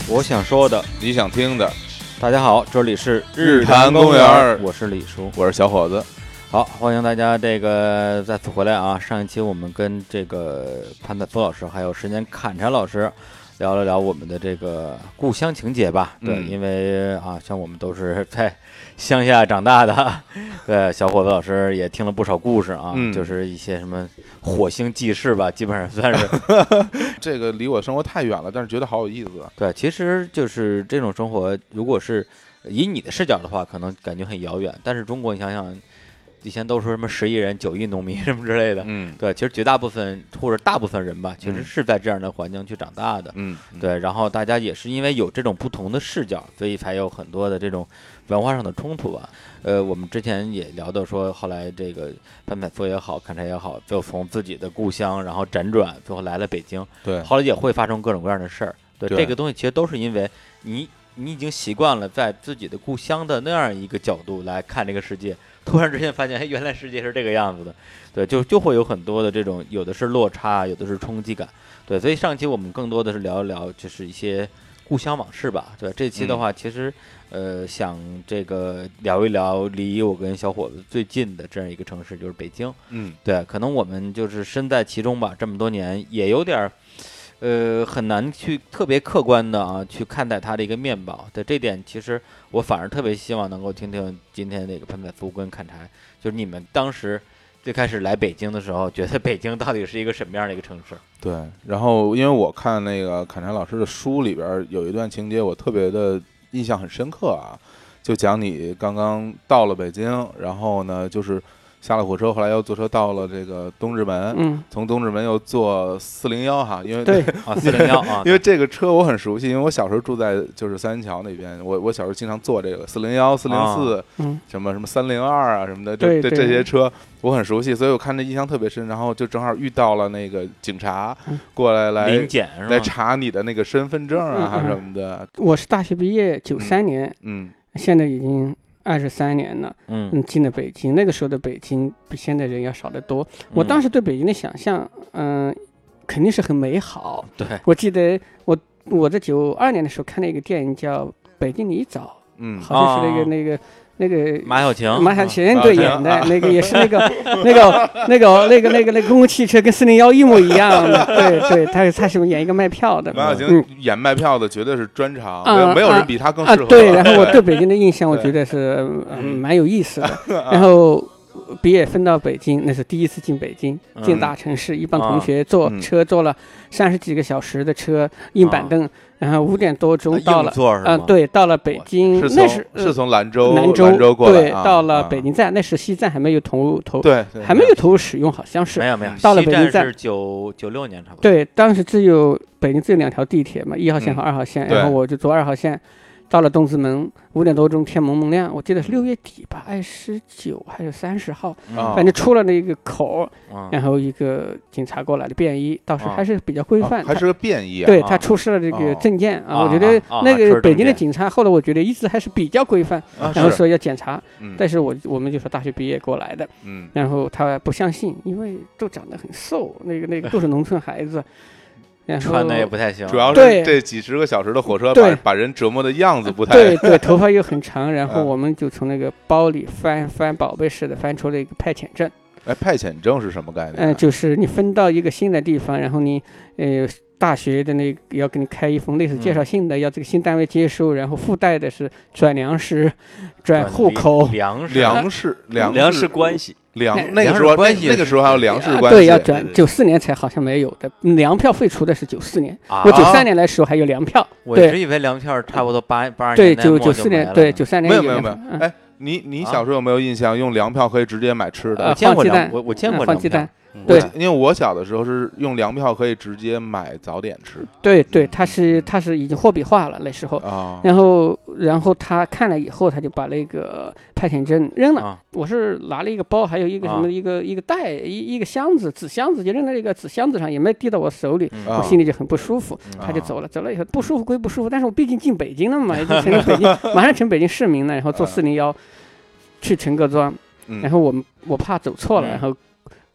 我想说的， 你想听的。 大家好，这里是日坛公园， 我是李叔， 我是小伙子。 好，欢迎大家这个再次回来啊！上一期我们跟这个潘采夫老师还有时间砍柴老师聊了聊我们的这个故乡情节吧。对，因为啊，像我们都是在乡下长大的，对，小伙子老师也听了不少故事啊，就是一些什么火星记事吧，基本上算是。 这个离我生活太远了，但是觉得好有意思。 对，其实就是这种生活，如果是以你的视角的话，可能感觉很遥远。但是中国，你想想，以前都说什么10亿人9亿农民什么之类的，对，其实绝大部分或者大部分人吧，其实是在这样的环境去长大的，对。然后大家也是因为有这种不同的视角，所以才有很多的这种文化上的冲突吧。我们之前也聊到说，后来这个潘采夫也好，砍柴也好，就从自己的故乡然后辗转，最后来了北京， 对， 后来也会发生各种各样的事儿，对，这个东西其实都是因为你已经习惯了在自己的故乡的那样一个角度来看这个世界，突然之间发现，哎，原来世界是这个样子的，对，就会有很多的这种，有的是落差，有的是冲击感，对，所以上期我们更多的是聊一聊，就是一些故乡往事吧，对，这期的话，其实想这个聊一聊离我跟小伙子最近的这样一个城市，就是北京，对，可能我们就是身在其中吧，这么多年也有点很难去特别客观的啊去看待它的一个面貌。对，这点其实我反而特别希望能够听听今天那个潘采夫跟砍柴，就是你们当时最开始来北京的时候，觉得北京到底是一个什么样的一个城市？ 对，然后因为我看那个砍柴老师的书里边有一段情节，我特别的印象很深刻啊，就讲你刚刚到了北京，然后呢就是下了火车，后来又坐车到了这个东直门，从东直门又坐401哈，因为对啊401啊， 因为这个车我很熟悉，因为我小时候住在就是三元桥那边，我小时候经常坐这个401、404，什么302啊什么的，这些车我很熟悉，所以我看这印象特别深。然后就正好遇到了那个警察过来临检来查你的那个身份证啊什么的。 我是大学毕业93年，现在已经23年了，进了北京。那个时候的北京比现在人要少得多。我当时对北京的想象，肯定是很美好。 对， 我记得我在92年的时候看了一个电影叫《北京泥沼》，好像是那个马小晴对演的，那个也是那个公共汽车跟401一模一样的，对，他是演一个卖票的。 马小晴演卖票的绝对是专长，没有人比他更适合。 对，然后我对北京的印象，我觉得是蛮有意思的。然后毕业分到北京，那是第一次进北京，进大城市，一帮同学坐车坐了30几个小时的车，硬板凳。然后5点多钟到了，对，到了北京，那是从兰州过来，对，到了北京站，那时西站还没有对， 还没有投入使用，好像是没有， 到了北京站是96年差不多， 对，当时北京只有2条地铁嘛1号线和2号线，然后我就坐2号线。到了东直门，5点多钟，天蒙蒙亮，我记得是6月底吧，29还是30号，反正出了那个口，然后一个警察过来的便衣，倒是还是比较规范， 还是个便衣啊。 对，他出示了这个证件啊，我觉得那个北京的警察后来我觉得一直还是比较规范，然后说要检查，但是我们就说大学毕业过来的，然后他不相信，因为都长得很瘦，那个都是农村孩子。 穿的也不太行， 主要是这几十个小时的火车把人折磨的样子不太对，头发又很长，然后我们就从那个包里翻宝贝似的翻出了一个派遣证。 派遣证是什么概念？ 就是你分到一个新的地方，然后你大学的那个要给你开一封类似介绍信的，要这个新单位接收，然后附带的是转粮食、转户口、 粮食关系。 那个时候还有粮食关系， 对，要转94年才好像没有的，粮票废除的是94年，我93年来的时候还有粮票， 我一直以为粮票差不多82年对94年，对93年没有，哎，你小时候有没有印象用粮票可以直接买吃的？ 我见过我见过放鸡蛋。 对，因为我小的时候是用粮票可以直接买早点吃。 对，它是已经货币化了那时候，然后他看了以后，他就把那个派遣证扔了。我是拿了一个包，还有一个什么一个袋，一个箱子，纸箱子，就扔在那个纸箱子上，也没递到我手里，我心里就很不舒服。他就走了以后不舒服归不舒服，但是我毕竟进北京了嘛，已经成了北京，马上成北京市民了，然后坐401去陈各庄，然后我怕走错了，然后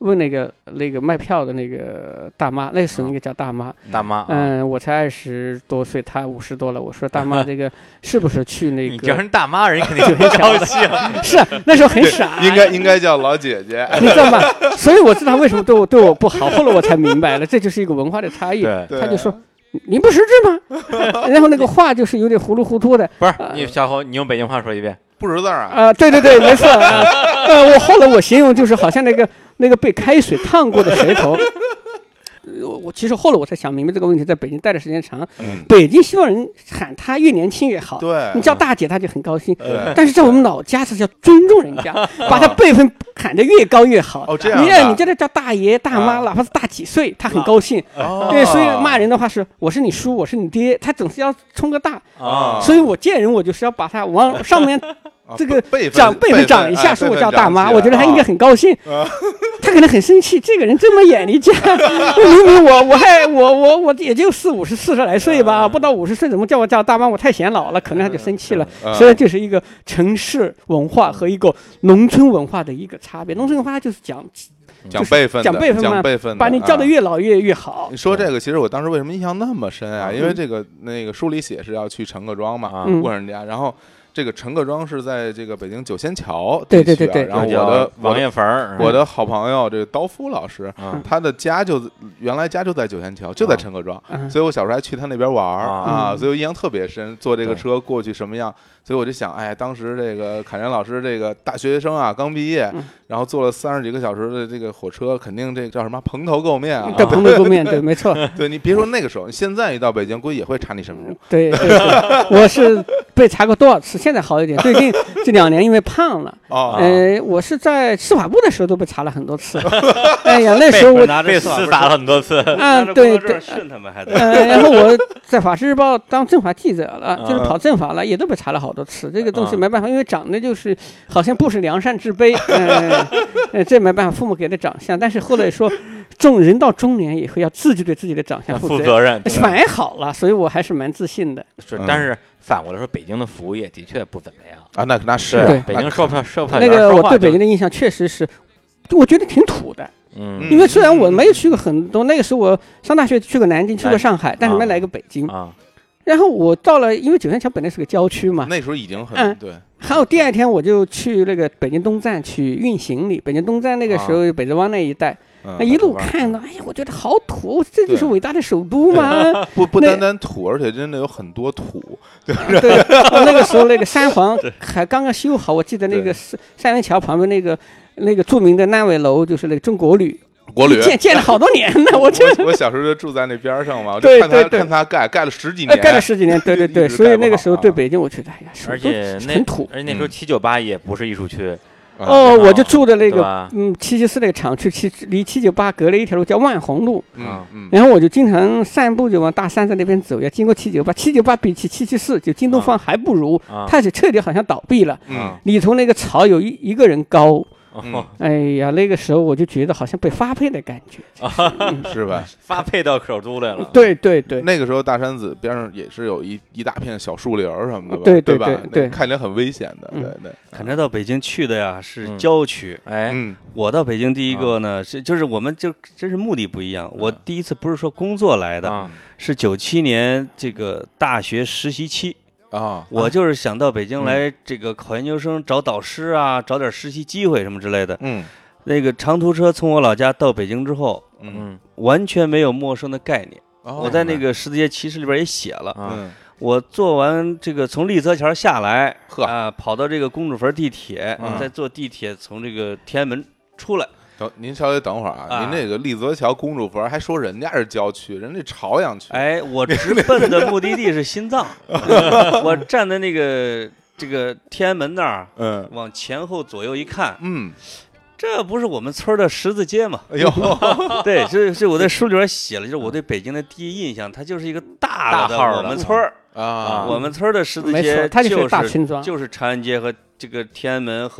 问那个卖票的那个大妈，那时候应该叫大妈。 大妈， 我才20多岁，她50多了。我说大妈，这个是不是去那个？ 你叫人大妈，人肯定很高兴。 是啊，那时候很傻。 应该叫老姐姐， 你知道吗？所以我知道为什么对我不好。后来我才明白了，这就是一个文化的差异。他就说。你不识字吗？然后那个话就是有点糊里糊涂的。 不是你小侯，你用北京话说一遍。 不识字啊？ 对，没错啊。后来我形容就是好像那个被开水烫过的舌头。我其实后来我才想明白这个问题，在北京待的时间长，北京希望人喊他越年轻越好。 对， 你叫大姐他就很高兴。但是在我们老家是叫尊重人家，把他辈分喊得越高越好。 哦，这样。 你叫他叫大爷大妈，哪怕是大几岁，他很高兴。对，所以骂人的话是我是你叔，我是你爹，他总是要冲个大。所以我见人我就是要把他往上面。这个辈分长一下，说我叫大妈，我觉得他应该很高兴。他可能很生气，这个人这么眼力见，明明我也就40来岁吧，不到50岁，怎么叫我叫大妈？我太显老了，可能他就生气了。所以就是一个城市文化和一个农村文化的一个差别。农村文化就是讲辈分，讲辈分，把你叫得越老越好。 你说这个，其实我当时为什么印象那么深啊？因为那个书里写是要去陈各庄嘛，问人家，然后。这个陈各庄是在这个北京九仙桥地区， 对。 然后我的王爷坟， 我的好朋友这个刀夫老师，他的家原来家就在九仙桥，就在陈各庄，所以我小时候还去他那边玩啊，所以我印象特别深。坐这个车过去什么样？所以我就想，哎，当时这个侃然老师这个大学生啊，刚毕业，然后坐了30几个小时的这个火车，肯定这叫什么蓬头垢面啊？ 对，蓬头垢面，对，没错。 对你别说那个时候，现在一到北京，估计也会查你身份证。 对，我是被查过多少次，现在好一点。最近这2年因为胖了，我是在司法部的时候都被查了很多次。哎呀，那时候我被厮打了很多次。 对， 训他们还得。 然后我在法制日报当政法记者了，就是跑政法了，也都被查了好多次。这个东西没办法，因为长得就是好像不是梁山之辈，这没办法，父母给的长相。但是后来说，人到中年以后要自己对自己的长相负责任， 反而好了，所以我还是蛮自信的。 是，但是反过来说，北京的服务业的确不怎么样啊。那是对北京售票那个我对北京的印象确实是，我觉得挺土的。因为虽然我没有去过很多，那个时候我上大学去过南京，去过上海，但是没来过北京。然后我到了，因为九仙桥本来是个郊区嘛， 那时候已经很对。 还有第2天我就去那个北京东站去运行李。北京东站那个时候北直湾那一带，一路看到，哎呀，我觉得好土，这就是伟大的首都吗？ 不单单土，而且真的有很多土。 对，那个时候那个三环还刚刚修好，我记得那个三元桥旁边那个著名的烂尾楼，就是那个中国旅。建了好多年呢，我小时候就住在那边上嘛， 对， 看他盖了10几年， 盖了10几年，对，所以那个时候对北京，我觉得哎呀， 而且很土， 而且那时候798也不是艺术区。 我就住的那个774那个厂区，离798隔了一条路叫万宏路，然后我就经常散步就往大山在那边走，要经过798比起774就京东方还不如，它是彻底好像倒闭了，里头那个草有一个人高。哎呀，那个时候我就觉得好像被发配的感觉， 是吧？ 发配到首都来了。 对， 那个时候大山子边上也是有一大片小树林什么的吧？ 对吧？ 对， 看起来很危险的。对。 看来到北京去的呀是郊区，我到北京第一个呢就是我们就真是目的不一样。我第一次不是说工作来的，是97年这个大学实习期。我就是想到北京来这个考研究生，找导师啊，找点实习机会什么之类的。那个长途车从我老家到北京之后，完全没有陌生的概念。我在那个十字街骑士里边也写了。我坐完这个从丽泽桥下来，跑到这个公主坟地铁，再坐地铁从这个天安门出来。 您稍微等会儿啊！您这个丽泽桥公主坟还说人家是郊区，人家朝阳区。 哎，我直奔的目的地是心脏。我站在那个这个天安门那儿，往前后左右一看，这不是我们村的十字街吗？哎呦，对，是我在书里边写了，就是我对北京的第一印象，它就是一个大的我们村我们村的十字街它就是大村庄， 就是长安街和这个天安门和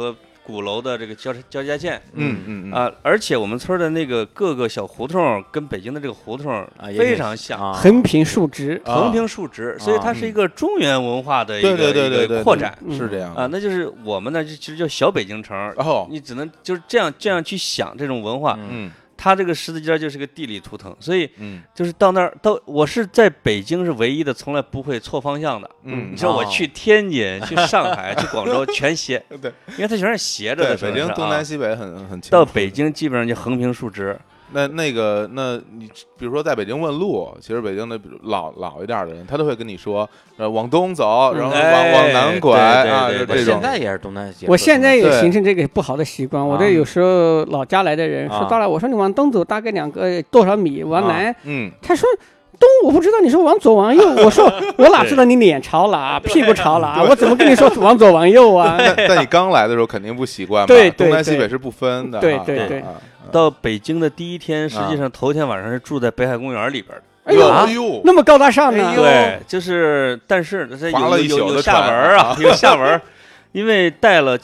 鼓楼的这个交界线，而且我们村的那个各个小胡同跟北京的这个胡同非常像， 横平竖直， 所以它是一个中原文化的一个扩展， 是这样那就是我们呢，其实叫小北京城，你只能就是这样去想这种文化，它这个十字街就是个地理图腾，所以就是到那儿我是在北京是唯一的从来不会错方向的。你说我去天津、去上海、去广州全斜， 对， 因为它全是斜着的。 北京东南西北很清楚。 到北京基本上就横平竖直。 那你比如说在北京问路，其实北京的老一点的人，他都会跟你说，往东走，然后往南拐啊，这种。 现在也是东南西北。 我现在也形成这个不好的习惯。我这有时候老家来的人说到了，我说你往东走大概多少米，往南，他说。东我不知道，你说往左往右，我说我哪知道你脸朝哪屁股朝哪，我怎么跟你说往左往右啊？ 但你刚来的时候肯定不习惯嘛，东南西北是不分的。 对。 到北京的第一天，实际上头天晚上是住在北海公园里边的。 哎呦，那么高大上呢？ 对，就是但是有下文啊，有下文，因为带了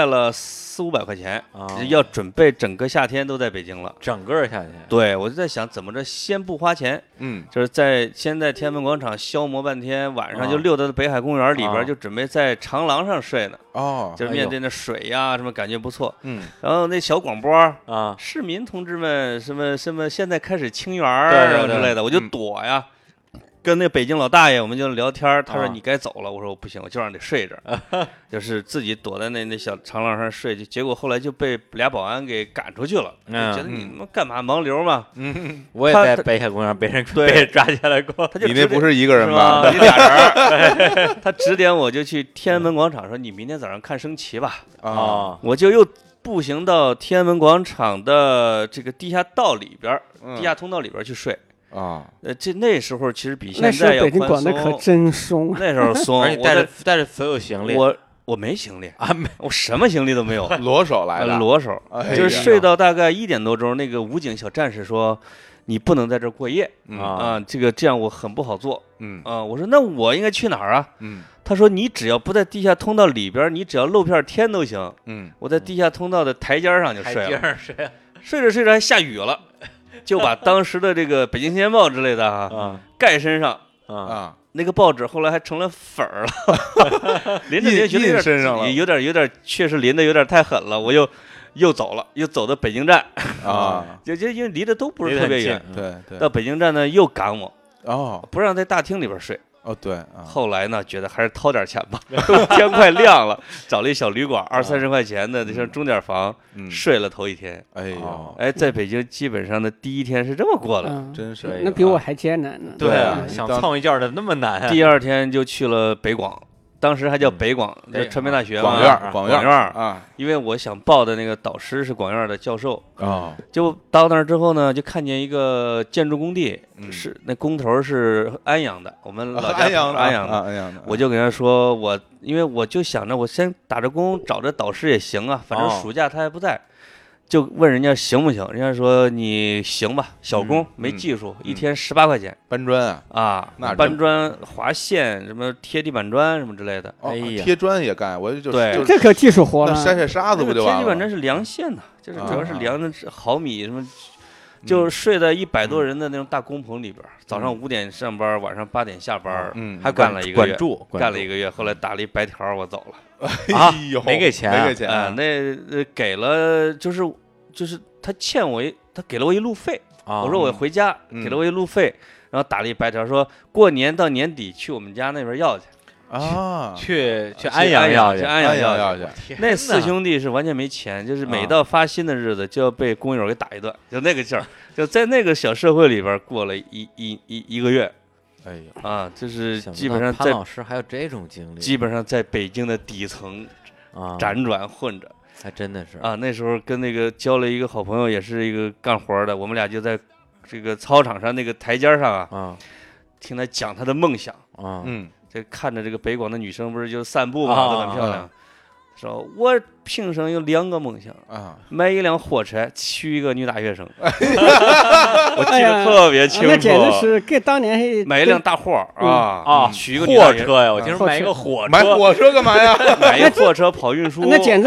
400-500块钱要准备整个夏天都在北京了， 整个夏天。 对，我就在想怎么着先不花钱，就是先在天安门广场消磨半天，晚上就溜达到北海公园里边，就准备在长廊上睡呢。就是面对那水呀，什么感觉不错。然后那小广播市民同志们，什么现在开始清园什么之类的，我就躲呀。跟那北京老大爷我们就聊天，他说你该走了，我说我不行，我就让你睡这儿，就是自己躲在那小长廊上睡，结果后来就被俩保安给赶出去了，觉得你们干嘛盲流嘛？ 我也在北海公园被人抓起来过， 你那不是一个人吧？ 你俩人，他指点我就去天安门广场，说你明天早上看升旗吧。我就又步行到天安门广场的这个地下道里边，地下通道里边去睡。那时候其实比现在要宽松。 那时候北京管的可真松， 那时候松， 而且带着所有行李。 我没行李我什么行李都没有， 裸手来的。 裸手，就是睡到大概1点多钟，那个武警小战士说你不能在这儿过夜这样我很不好做。我说那我应该去哪儿啊？他说你只要不在地下通道里边，你只要露片天都行。我在地下通道的台阶上就睡了，睡着还下雨了。就把当时的这个《北京青年报》之类的盖身上那个报纸后来还成了粉儿了，淋着觉得身上了， 有点确实淋的有点太狠了，我又走了，又走到北京站就因为离得都不是特别远， 对， 到北京站呢又赶我不让在大厅里边睡。 对后来呢，觉得还是掏点钱吧，天快亮了，找了一小旅馆，20-30块钱的，像钟点房，睡了头一天。在北京基本上的第一天是这么过的， 真是那比我还艰难呢。 对啊，想蹭一觉的那么难。 第二天就去了北广。当时还叫北广，传媒大学嘛， 广院啊， 因为我想报的那个导师是广院的教授就到那儿之后呢，就看见一个建筑工地，是那工头是安阳的，我们老家安阳的，我就跟他说因为我就想着我先打着工找着导师也行啊，反正暑假他还不在。就问人家行不行，人家说你行吧，小工没技术，一天18块钱。 搬砖搬砖、划线、什么贴地板砖什么之类的。 贴砖也干，我就对， 这可技术活了。 筛沙子不就完了？ 贴地板砖是量线的，就是主要是量的毫米什么，就睡在100多人的那种大工棚里边，早上5点上班，晚上8点下班，还干了1个月，干了1个月，后来打了一白条，我走了。 没给钱那给了就是他欠我他给了我一路费我说我回家，给了我一路费，然后打了一白条说过年到年底去我们家那边要去去安阳要去， 那4兄弟是完全没钱，就是每到发薪的日子就要被工友给打一顿，就那个劲儿，就在那个小社会里边过了一个月。就是基本上潘老师还有这种经历， 基本上在北京的底层辗转混着， 还真的是那时候跟那个交了一个好朋友，也是一个干活的，我们俩就在这个操场上那个台阶上听他讲他的梦想就看着这个北广的女生不是就散步嘛，都很漂亮。说我平生有2个梦想买一辆货车娶一个女大学生。我记得特别清楚， 那简直是跟当年买一辆大货娶一个货车呀！我听说买一个火车， 买火车干嘛呀？ 买一个货车跑运输， 那简直是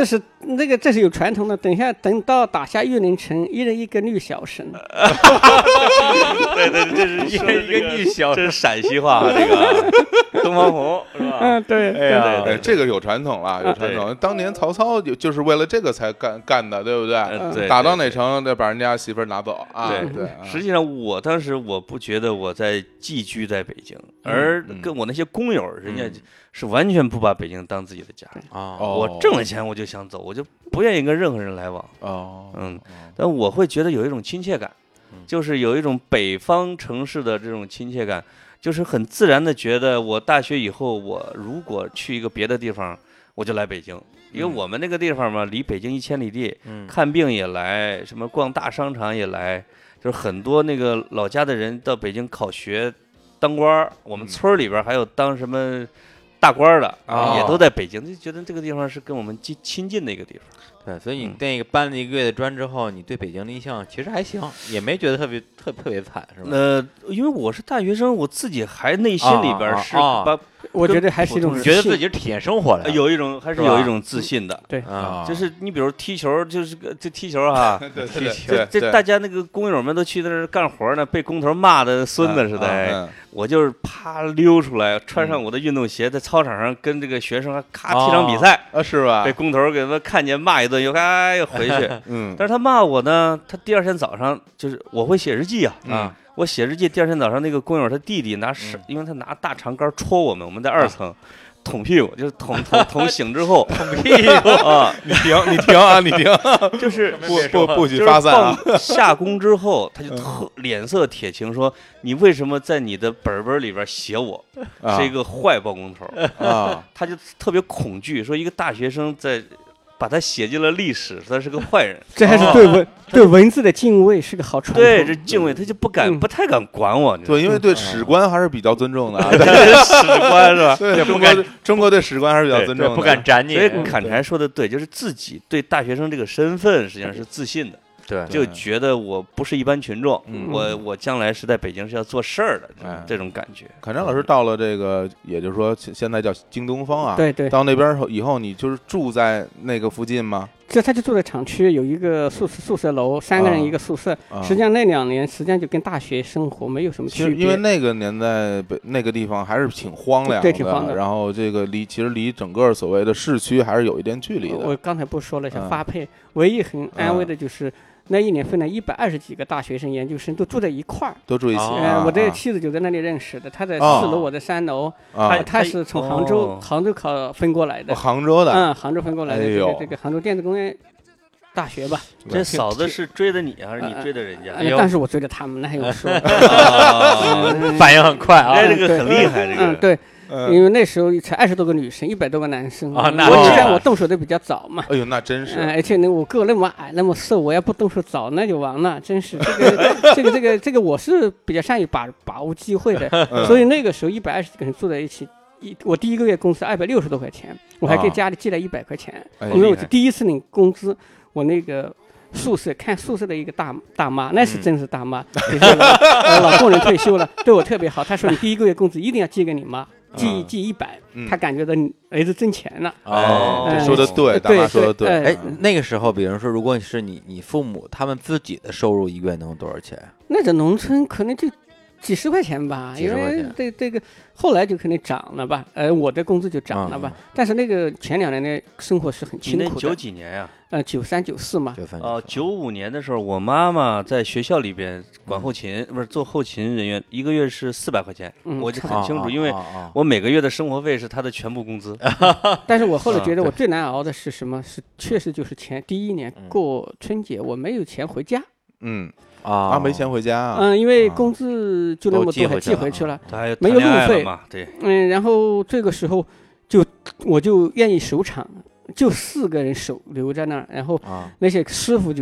那个这是有传统的，等到打下玉林城，一人一个女小生。 对，这是一人一个女小生， 这是陕西话这个东方红是吧？ 嗯，对， 对，这个有传统了，有传统。当年曹操就是为了这个才干的，对不对？打到哪城得把人家媳妇拿走啊？对。 实际上我当时我不觉得我在寄居在北京，而跟我那些工友，人家是完全不把北京当自己的家我挣了钱我就想走，我就不愿意跟任何人来往。但我会觉得有一种亲切感，就是有一种北方城市的这种亲切感，就是很自然的觉得我大学以后我如果去一个别的地方，我就来北京。因为我们那个地方嘛，离北京1000里地，看病也来，什么逛大商场也来，就是很多那个老家的人到北京考学当官，我们村里边还有当什么大官的也都在北京，就觉得这个地方是跟我们亲近的一个地方。 对，所以你那个搬了1个月的砖之后，你对北京的印象其实还行，也没觉得特别惨，是吧？ 因为我是大学生，我自己还内心里边是我觉得还是一种觉得自己是体验生活的， 有一种还是有一种自信的。 对就是你比如踢球，就是这踢球哈， 这大家那个工友们都去在那儿干活呢，被工头骂的孙子似的。我就是啪溜出来，穿上我的运动鞋，在操场上跟这个学生咔踢场比赛是吧？ 被工头给他们看见骂一顿，又回去。但是他骂我呢，他第二天早上就是我会写日记啊。我写日记，第二天早上那个工友他弟弟因为他拿大长杆戳我们在2层，捅屁股，就是捅醒之后捅屁股啊！你停啊！你停， 就是不许发散啊！ 下工之后，他就脸色铁青，说你为什么在你的本里边写我是一个坏包工头啊？他就特别恐惧，说一个大学生把他写进了历史，他是个坏人。 这还是对文字的敬畏，是个好传统。 对，这敬畏他就不太敢管我。 对，因为对史官还是比较尊重的。 史官是吧？ 对，中国对史官还是比较尊重的， 不敢斩你。 所以侃柴说的对，就是自己对大学生这个身份实际上是自信的。 对， 就觉得我不是一般群众，我将来是在北京是要做事儿的，这种感觉。 侃柴老师到了这个，也就是说现在叫京东方啊， 对， 到那边以后，你就是住在那个附近吗？ 他就住在厂区，有一个宿舍楼，3个人一个宿舍。实际上那2年实际上就跟大学生活没有什么区别， 因为那个年代那个地方还是挺荒凉的， 对，挺荒的。 然后这个其实离整个所谓的市区还是有一点距离的。 我刚才不说了，像发配，唯一很安慰的就是那一年分了120几个大学生、研究生都住在一块儿， 都住一起。 我这个妻子就在那里认识的，她在4楼，我在3楼。她是从杭州分过来的。 杭州的。 杭州分过来的。这个杭州电子工业大学吧。 这嫂子是追的你还是你追的人家？ 但是我追的他们，那还用说？ 反应很快啊！ 这个很厉害，这个。 对。因为那时候才20多个女生，100多个男生啊。 我动手的比较早嘛。 哎呦，那真是。 而且呢，我个那么矮那么瘦，我要不动手早那就完了，真是这个我是比较善于把握机会的。所以那个时候120几个人住在一起，我第1个月工资260多块钱，我还给家里寄了100块钱，因为我第一次领工资，我那个。宿舍的一个大妈，那是真是大妈，老工人退休了，对我特别好。她说你第1个月工资一定要寄给你妈，寄100，她感觉到你儿子挣钱了。 说的对，大妈说的对。 哎，那个时候，比如说，如果是你父母他们自己的收入1个月能有多少钱？ 那在农村可能就几十块钱吧，因为这个后来就肯定涨了吧，我的工资就涨了吧。但是那个前2年的生活是很辛苦的。 你那90几年呀 ？93、94嘛。 95年的时候，我妈妈在学校里边管后勤，不是做后勤人员，1个月是400块钱，我就很清楚，因为我每个月的生活费是她的全部工资。 但是我后来觉得我最难熬的是什么？确实就是第1年过春节我没有钱回家。 没钱回家啊？ 因为工资就那么多，还寄回去了，没有路费嘛。对， 然后这个时候我就愿意守场，就4个人留在那儿，然后那些师傅就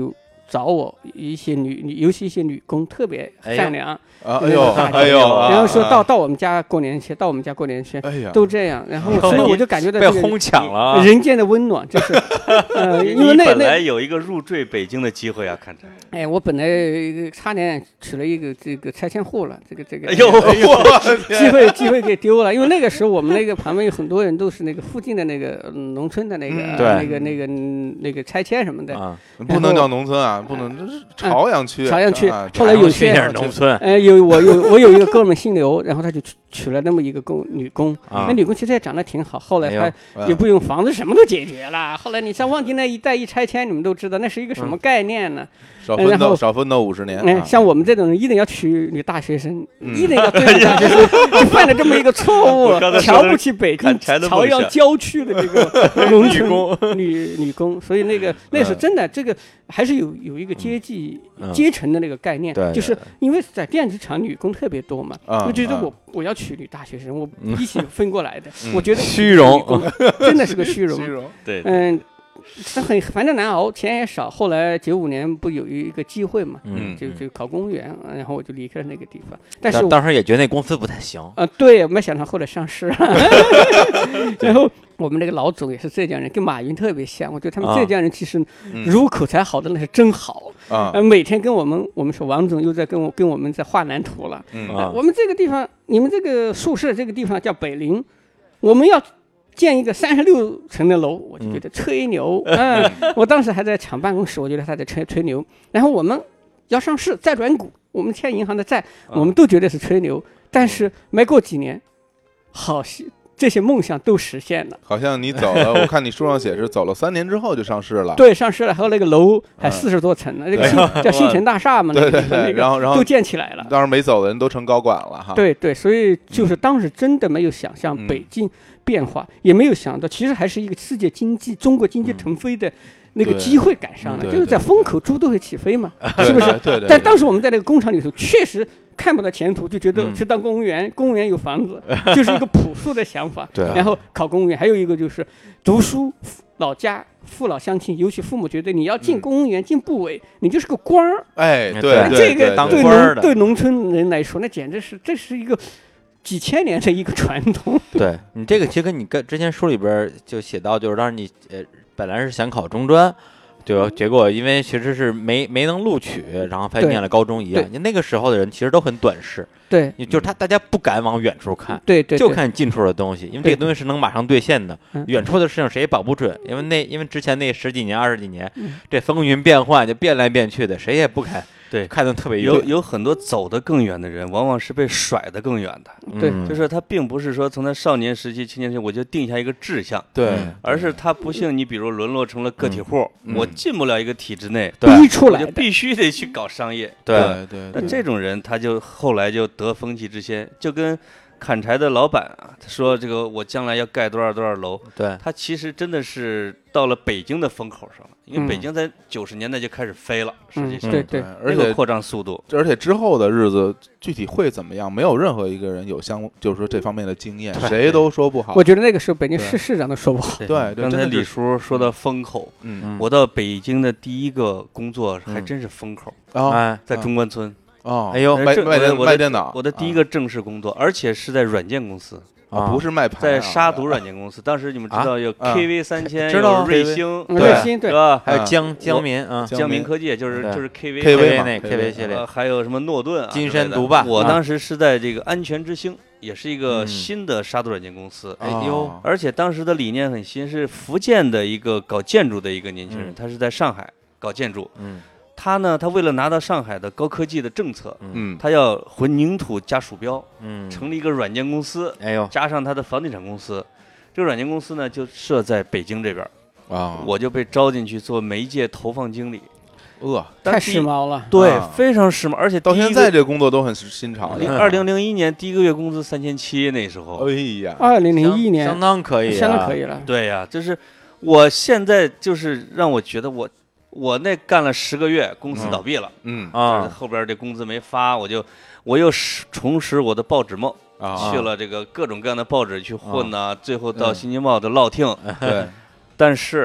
找我尤其一些女工特别善良。 哎呦， 然后说到我们家过年去，都这样，然后所以我就感觉到被哄抢了， 人间的温暖，就是因为你本来有一个入赘北京的机会啊，看着。 哎，我本来差点娶了一个这个拆迁户了，这个， 哎呦， 机会给丢了，因为那个时候我们那个旁边有很多人都是那个附近的那个农村的那个拆迁什么的， 不能叫农村啊，不能，这是朝阳区， 后来有些农村， 我有一个哥们姓刘，然后他就娶了那么一个女工，那女工其实也长得挺好，后来他也不用房子，什么都解决了。后来你像望京那一带一拆迁，你们都知道那是一个什么概念呢？ 少奋斗50年。 像我们这种人一定要娶女大学生，一定要对女大学生，就犯了这么一个错误，瞧不起北京朝阳郊区的这个农村女工，所以那是真的，这个还是有一个阶层的那个概念，就是因为在电子厂女工特别多嘛，我觉得我要娶女大学生，我一起分过来的，我觉得虚荣， 真的是个虚荣， 对， 反正难熬，钱也少。后来95年不有一个机会嘛，就考公务员，然后我就离开了那个地方。但是当时也觉得那公司不太行对，没想到后来上市了。然后我们那个老总也是浙江人，跟马云特别像。我觉得他们浙江人其实如果口才好的那是真好每天跟我们说王总又在跟我们在画蓝图了。我们这个地方，你们这个宿舍这个地方叫北陵，我们要建一个36层的楼，我就觉得吹牛。我当时还在抢办公室，我觉得他在吹牛。然后我们要上市再转股，我们欠银行的债，我们都觉得是吹牛。但是没过几年，这些梦想都实现了。 好像你走了，我看你书上写是走了3年之后就上市了。 对，上市了，还有那个楼还40多层呢，这个叫新城大厦嘛， 对，然后都建起来了。 当时没走的人都成高管了哈。 对，所以就是当时真的没有想象北京变化，也没有想到其实还是一个世界经济、中国经济腾飞的那个机会赶上了，就是在风口猪都会起飞嘛，是不是？ 对。 但当时我们在那个工厂里头确实看不到前途，就觉得去当公务员，公务员有房子，就是一个朴素的想法。 对。 然后考公务员，还有一个就是读书，老家父老乡亲，尤其父母觉得你要进公务员、进部委，你就是个官儿。 哎， 对，这个当官儿的对农村人来说，那简直是这是一个几千年的一个传统。 对，你这个其实跟你之前书里边就写到，就是当时你本来是想考中专，对，结果因为其实是没能录取，然后才念了高中一样。你那个时候的人其实都很短视， 对， 就是大家不敢往远处看， 对， 就看近处的东西，因为这个东西是能马上兑现的。远处的事情谁也保不准，因为之前那10几年、20几年，这风云变幻就变来变去的，谁也不敢。对，看得特别远。 有很多走得更远的人，往往是被甩得更远的。 对， 就是他并不是说从他少年时期、青年时期我就定下一个志向， 对， 而是他不幸你比如沦落成了个体户，我进不了一个体制内， 逼出来我就必须得去搞商业。 对。 那这种人他就后来就得风气之先，就跟砍柴的老板啊，他说这个我将来要盖多少多少楼， 对， 他其实真的是到了北京的风口上了。因为北京在90年代就开始飞了，实际上对， 而且扩张速度， 而且之后的日子具体会怎么样，没有任何一个人有就是说这方面的经验，谁都说不好。 我觉得那个时候北京市长都说不好。 对， 刚才李叔说到风口，我到北京的第一个工作还真是风口在中关村。 哎呦， 卖电脑， 我的第一个正式工作，而且是在软件公司。 不是卖牌， 在杀毒软件公司。当时你们知道有 KV3000， 有瑞星， 对吧？ 还有江民科技，就是 KV 那 KV 系列， 还有什么诺顿、 金山毒霸。 我当时是在这个安全之星，也是一个新的杀毒软件公司。 哎呦， 而且当时的理念很新，是福建的一个搞建筑的一个年轻人，他是在上海搞建筑。他呢，他为了拿到上海的高科技的政策，他要混凝土加鼠标，成立一个软件公司，加上他的房地产公司，这个软件公司呢就设在北京这边我就被招进去做媒介投放经理。 太时髦了， 对，非常时髦，而且到现在这工作都很新潮。 2001年第一个月工资3700，那时候， 哎呀 ，2001年相当可以， 相当可以了。 对呀，就是我现在就是让我觉得我那干了10个月，公司倒闭了，后边这工资没发，我又重拾我的报纸梦，去了这个各种各样的报纸去混最后到新京报的落听， 对， 但是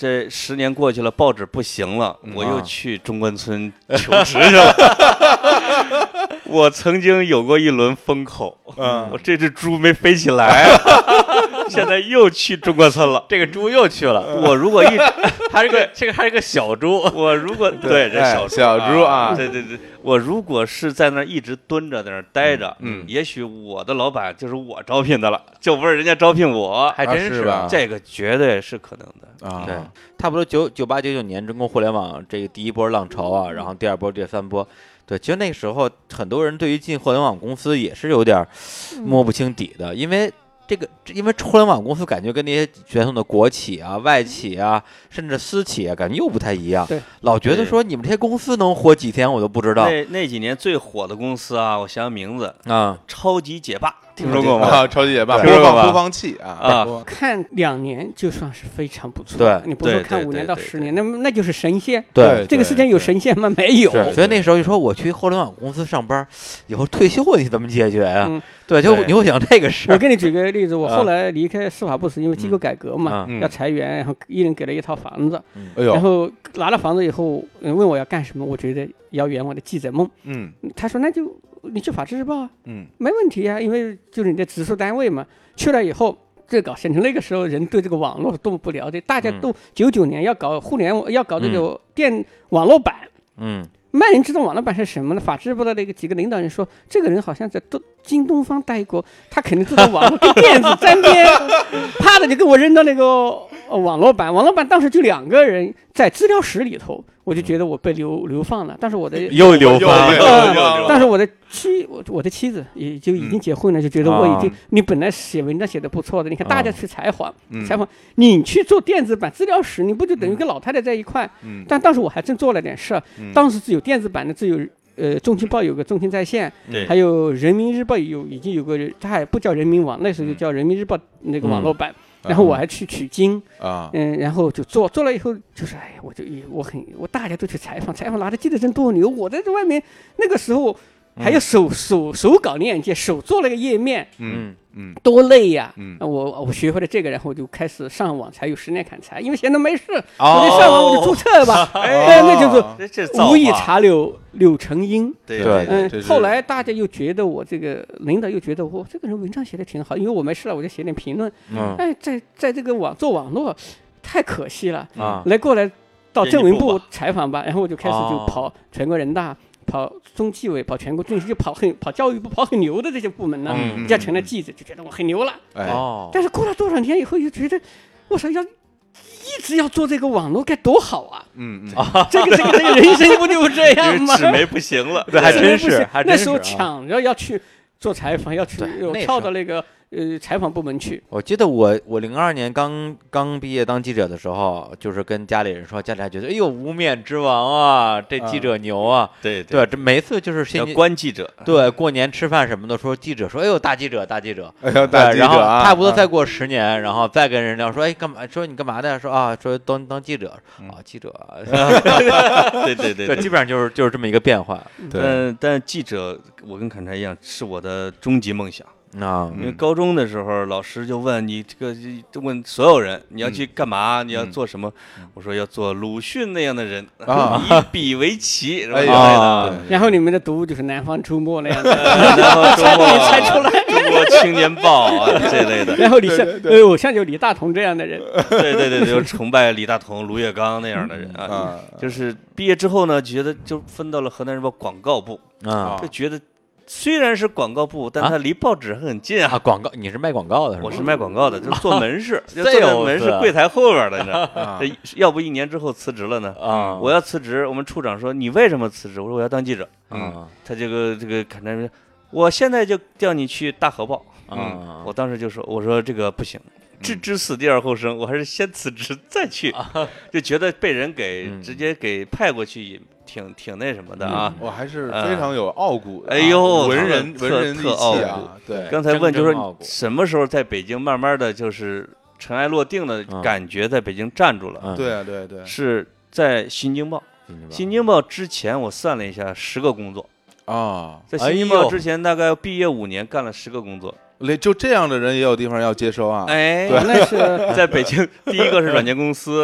这10年过去了，报纸不行了，我又去中关村求职去了。我曾经有过一轮风口，我这只猪没飞起来，现在又去中关村了， 这个猪又去了。 我如果它这个还是个小猪， 我如果对这小猪啊， 对，我如果是在那儿一直蹲着，在那儿待着，也许我的老板就是我招聘的了，就不是人家招聘我， 还真是吧？ 这个绝对是可能的啊。对，差不多98、99年中国互联网这个第一波浪潮啊，然后第二波、第三波。对，其实那个时候很多人对于进互联网公司也是有点摸不清底的，因为互联网公司感觉跟那些传统的国企啊、外企啊，甚至私企啊，感觉又不太一样。 对， 老觉得说你们这些公司能活几天，我都不知道。 那几年最火的公司啊，我想想名字啊， 超级解霸。 听说过吗？超级解霸播放器啊， 看2年就算是非常不错。 对， 你不说看5年到10年，那就是神仙。 对， 这个世界有神仙吗？没有。 所以那时候就说我去互联网公司上班，以后退休问题怎么解决呀？对，就你会想这个事。 我给你举个例子，我后来离开司法部是因为机构改革嘛，要裁员，然后一人给了一套房子，然后拿了房子以后问我要干什么，我觉得要圆我的记者梦。他说那就。你去法制日报啊，没问题啊，因为就是你的直属单位嘛。去了以后，这搞显成那个时候人对这个网络多么不了解，大家都99年要搞互联网，要搞这个网络版，没人知道网络版是什么呢？法制日报的那个几个领导人说，这个人好像在京东方待过，他肯定知道网络跟电子沾边，啪的就给我扔到那个网络版。网络版当时就2个人在资料室里头。我就觉得我被流放了，但是我的又流放， 但是我的妻子也就已经结婚了，就觉得我已经，你本来写文章写的不错的，你看大家去采访，你去做电子版资料室，你不就等于跟老太太在一块？但当时我还真做了点事儿，当时只有电子版的，只有中青报有个中青在线，还有人民日报已经有个，它还不叫人民网，那时候就叫人民日报那个网络版。然后我还去取经然后就做了以后，就是哎，我大家都去采访，拿着记者证多牛！我在这外面那个时候还要手稿链接，手做了个页面，多累呀！我学会了这个，然后我就开始上网，才有10年砍柴，因为闲着没事，我就上网我就注册吧，那就是无意插柳成荫。 对， 后来大家又觉得我这个领导又觉得我这个人文章写的挺好，因为我没事了，我就写点评论。在这个做网络太可惜了过来到政文部采访吧，然后我就开始就跑全国人大。跑中纪委，跑全国政协，就跑教育部，跑很牛的这些部门呢，一下成了记者，就觉得我很牛了。但是过了多少年以后，又觉得我说一直要做这个网络该多好啊！这个人生不就这样吗？ 纸媒不行了， 对，还真是。 那时候抢着要去做采访，要去跳到那个采访部门去。 我记得我02年刚毕业当记者的时候，就是跟家里人说，家里还觉得哎呦无冕之王啊，这记者牛啊。 对， 这每次就是要关记者。 对，过年吃饭什么的，说记者说哎呦大记者。 哎呦大记者。然后差不多再过10年，然后再跟人聊说哎干嘛？说你干嘛的？说啊说当记者记者。 对， 基本上就是这么一个变化。 但记者我跟砍柴一样，是我的终极梦想。因为高中的时候，老师就问你问所有人你要去干嘛，你要做什么？我说要做鲁迅那样的人以笔为旗， 然后你们的读物就是南方周末那样的， 南方周末你猜出来， 中国青年报这类的。 然后偶像就李大同这样的人， 对，就崇拜李大同、卢月刚那样的人就是毕业之后呢，觉得就分到了河南日报广告部就觉得。虽然是广告部，但它离报纸很近啊！ 广告，你是卖广告的是吗？ 我是卖广告的，就做门市，就坐在门市柜台后边的，你知道？要不1年之后辞职了呢？我要辞职，我们处长说你为什么辞职？我说我要当记者。他这个砍柴说，我现在就调你去大河报。我当时就说，我说这个不行。置之死地而后生，我还是先辞职再去，就觉得被人直接给派过去，挺那什么的啊。 我还是非常有傲骨的， 哎呦， 文人义气啊。对， 刚才问就是什么时候在北京慢慢的就是尘埃落定的感觉，在北京站住了。 对， 是在《新京报》。《新京报》之前我算了一下，10个工作在《新京报》之前，大概毕业5年，干了10个工作。 就这样的人也有地方要接收啊！ 对， 那是在北京，第一个是软件公司，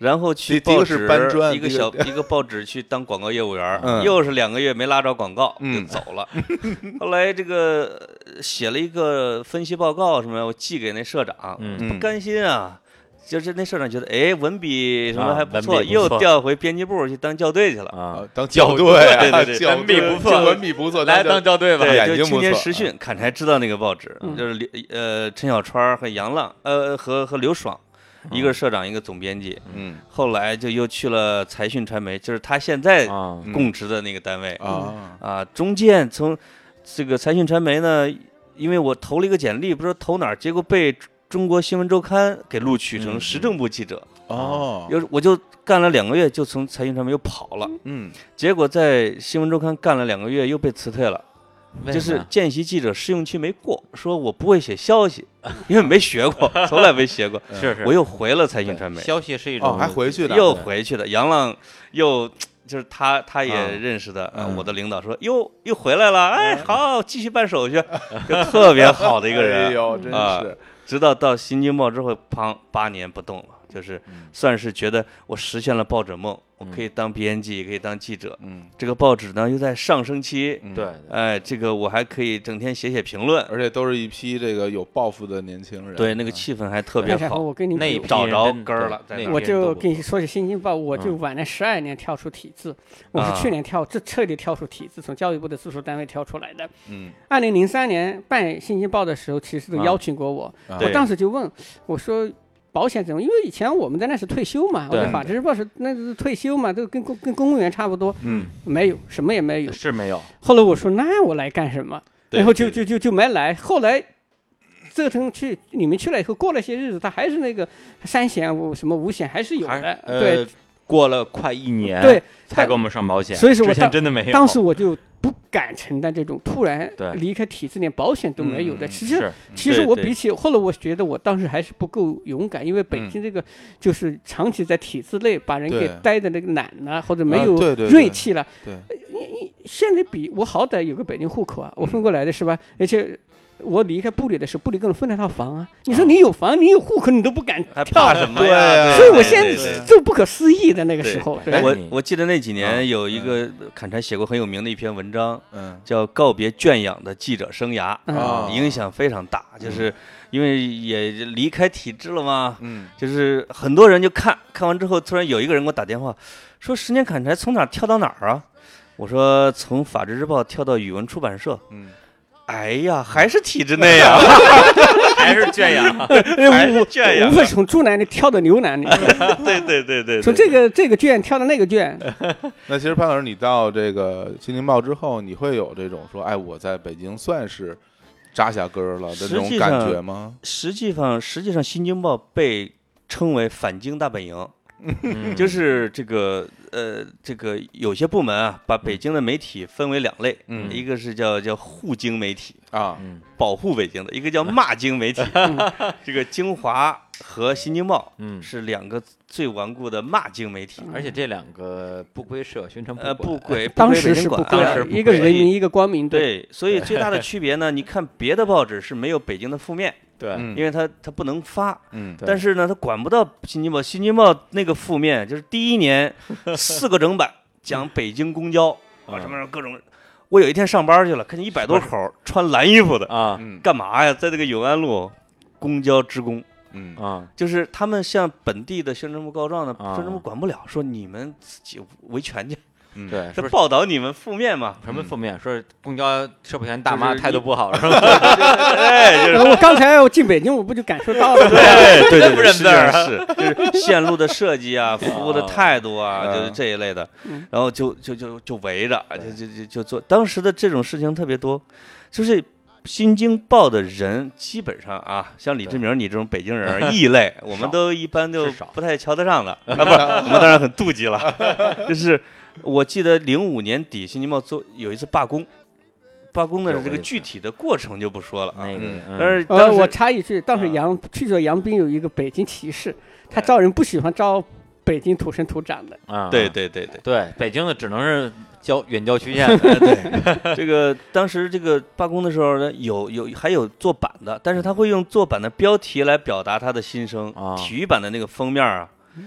然后去报纸一个报纸去当广告业务员，又是2个月没拉着广告就走了。后来这个写了一个分析报告什么，我寄给那社长，不甘心啊。就是那社长觉得，哎，文笔什么还不错，又调回编辑部去当校对去了啊，当校对， 对， 文笔不错， 文笔不错， 来当校对吧？ 对，就青年时讯，看才知道那个报纸，就是陈小川和杨浪，和刘爽，一个是社长，一个总编辑，后来就又去了财讯传媒，就是他现在供职的那个单位中间从这个财讯传媒呢，因为我投了一个简历，不知道投哪儿，结果被中国新闻周刊给录取成时政部记者我就干了2个月，就从财讯传媒又跑了，结果在新闻周刊干了2个月又被辞退了，就是见习记者试用期没过，说我不会写消息，因为没学过，从来没学过， 是我又回了财讯传媒， 消息是一种还回去的， 又回去的，杨浪又。就是他也认识的，我的领导说又回来了，哎，好，继续办手续，就特别好的一个人， 哎呦，真是， 直到新京报之后，8年不动了，就是算是觉得我实现了报者梦，我可以当编辑，也可以当记者，这个报纸呢又在上升期， 对， 哎，这个我还可以整天写评论， 而且都是一批这个有抱负的年轻人， 对，那个气氛还特别好。 我跟你那找着根儿了， 我就跟你说起新京报，我就晚了12年跳出体制，我是去年彻底跳出体制，从教育部的直属单位跳出来的。2003年办新京报的时候，其实都邀请过我，我当时就问我说。保险怎么？因为以前我们在那是退休嘛，我们法制日报那是退休嘛，都跟公务员差不多。没有，什么也没有， 是没有。 后来我说那我来干什么？然后就没来。后来折腾去你们去了以后，过了些日子，他还是那个3险什么5险还是有的。对， 过了快1年， 对， 才给我们上保险。 所以说我真的没有。 当时我就不敢承担这种突然离开体制连保险都没有的。其实我比起后来，我觉得我当时还是不够勇敢，因为北京这个就是长期在体制内把人给待的那个懒了，或者没有锐气了。你现在比我好歹有个北京户口啊，我分过来的是吧？而且。我离开部里的时候，部里跟我分了套房啊！你说你有房，你有户口，你都不敢跳什么呀？ 所以我现在就不可思议的那个时候。 我记得那几年有一个砍柴写过很有名的一篇文章，叫《告别圈养的记者生涯》，影响非常大，就是因为也离开体制了嘛，就是很多人就看完之后，突然有一个人给我打电话，说10年砍柴从哪跳到哪儿啊？我说从法制日报跳到语文出版社。哎呀，还是体制内啊， 还是圈养， 无非从猪男里跳到牛男里。 对， 从这个圈跳到那个圈。 那其实潘老师，你到这个新京报之后，你会有这种说，哎，我在北京算是扎下根了的这种感觉吗？ 实际上，新京报被称为反京大本营。就是这个有些部门啊，把北京的媒体分为2类，一个是叫护京媒体啊，保护北京的；一个叫骂京媒体。这个京华和新京报，是2个最顽固的骂京媒体， 而且这2个不归社，宣传不归， 当时是不归，一个人民，一个光明。 对，所以最大的区别呢，你看别的报纸是没有北京的负面。 对， 因为它不能发，但是呢，它管不到新京报。新京报那个负面就是第1年4个整版讲北京公交什么各种。我有一天上班去了，看见100多口穿蓝衣服的干嘛呀？在这个永安路公交职工，就是他们向本地的宣传部告状呢，宣传部管不了，说你们自己维权去。 对， 是报道你们负面嘛？ 什么负面？说公交车跑前大妈态度不好，是吧？ 我刚才进北京，我不就感受到了？ 对，不认字儿，就是线路的设计啊，服务的态度啊，就是这一类的。然后就围着，就做。当时的这种事情特别多，就是新京报的人基本上啊，像李志明你这种北京人异类，我们都一般就不太瞧得上的啊，不，我们当然很妒忌了，就是。我记得05年底，新京报有一次罢工的这个具体的过程就不说了啊。但是我插一句，当时去者杨斌有一个北京歧视，他招人不喜欢招北京土生土长的啊。对， 北京的只能是远郊区县。 对，这个当时这个罢工的时候呢，还有做版的，但是他会用做版的标题来表达他的心声。体育版的那个封面啊。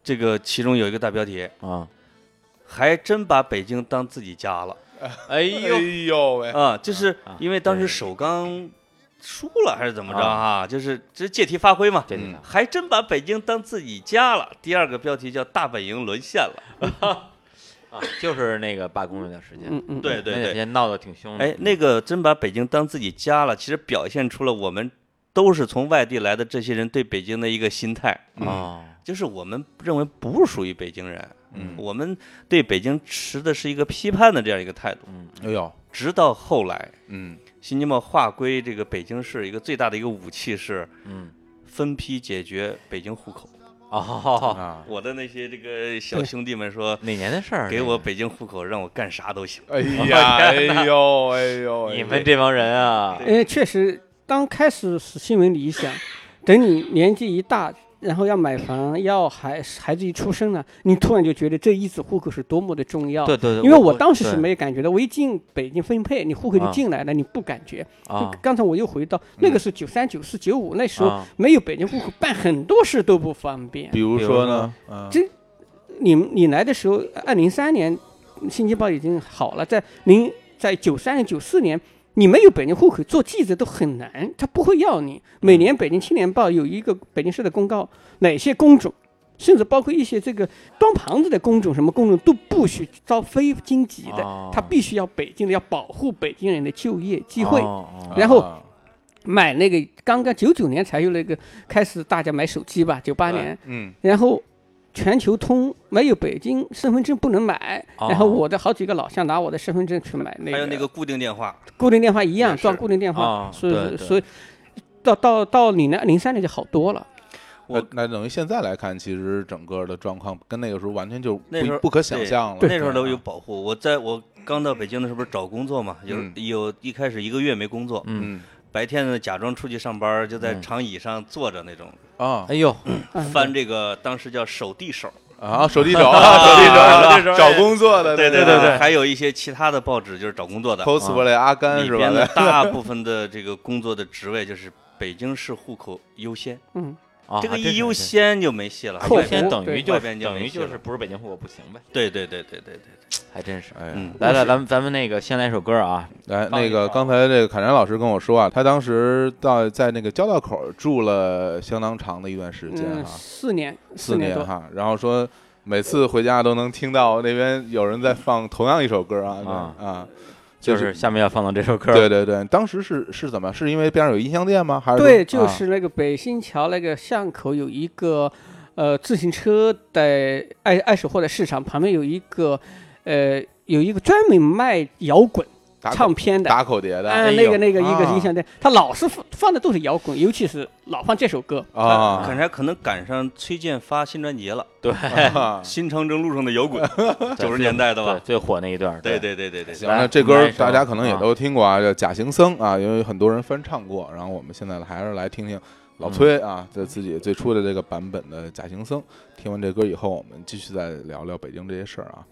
这个其中有一个大标题啊，还真把北京当自己家了。 哎呦喂啊，就是因为当时首钢输了还是怎么着哈，就是这借题发挥嘛，还真把北京当自己家了。第二个标题叫大本营沦陷了。 啊，就是那个罢工那段时间， 对对对，那段时间闹得挺凶的。 哎，那个真把北京当自己家了，其实表现出了我们都是从外地来的这些人对北京的一个心态啊，就是我们认为不是属于北京人，我们对北京持的是一个批判的这样一个态度。 哎呦， 直到后来，新京报划归这个北京市一个最大的一个武器是，分批解决北京户口。我的那些这个小兄弟们说， 哪年的事儿？ 给我北京户口，让我干啥都行。 哎呀，哎呦， 你们这帮人啊！ 确实，刚开始是新闻理想，等你年纪一大，然后要买房，要孩子一出生了，你突然就觉得这一纸户口是多么的重要。 对对对。 因为我当时是没感觉的，我一进北京分配，你户口就进来了，你不感觉。刚才我又回到那个是93、94、95，那时候没有北京户口，办很多事都不方便。 比如说呢？ 这你来的时候，按03年，新京报已经好了，在93年、94年。你没有北京户口，做记者都很难，他不会要你。每年北京青年报有一个北京市的公告，哪些工种，甚至包括一些这个端盘子的工种，什么工种都不许招非京籍的，他必须要北京的，要保护北京人的就业机会。然后买那个，刚刚99年才有那个开始大家买手机吧，98年，然后。全球通没有北京身份证不能买，然后我的好几个老乡拿我的身份证去买那个， 还有那个固定电话一样装固定电话，所以到你那03年就好多了。 那等于现在来看，其实整个的状况跟那个时候完全就不可想象了。 那时候都有保护。我刚到北京的时候不是找工作嘛，有一开始1个月没工作，白天呢假装出去上班，就在长椅上坐着那种啊， 哎呦， 翻这个当时叫手递手啊，手递手，找工作的， 对，还有一些其他的报纸就是找工作的 ，cosplay 阿甘是吧？ 里边的大部分的这个工作的职位就是北京市户口优先，这个一优先就没戏了， 优先等于就是不是北京户口不行呗？ 对， 还真是。来，咱们那个先来首歌啊， 来那个刚才这个侃然老师跟我说啊，他当时在那个交道口住了相当长的一段时间啊 ，4年哈，然后说每次回家都能听到那边有人在放同样一首歌啊。 就是下面要放到这首歌。 对，当时是怎么？是因为边上有音像店吗？还是对，就是那个北新桥那个巷口有一个自行车的二手货的市场，旁边有一个专门卖摇滚唱片的打口碟的， 那个一个音像店，他老是放的都是摇滚，尤其是老放这首歌啊。 可能赶上崔健发新专辑了， 对， 新长征路上的摇滚，90年代的吧， 最火那一段。 对。 行，那这歌大家可能也都听过啊，叫《假行僧》啊，因为很多人翻唱过，然后我们现在还是来听听老崔啊，在自己最初的这个版本的《假行僧》。听完这歌以后，我们继续再聊聊北京这些事儿啊。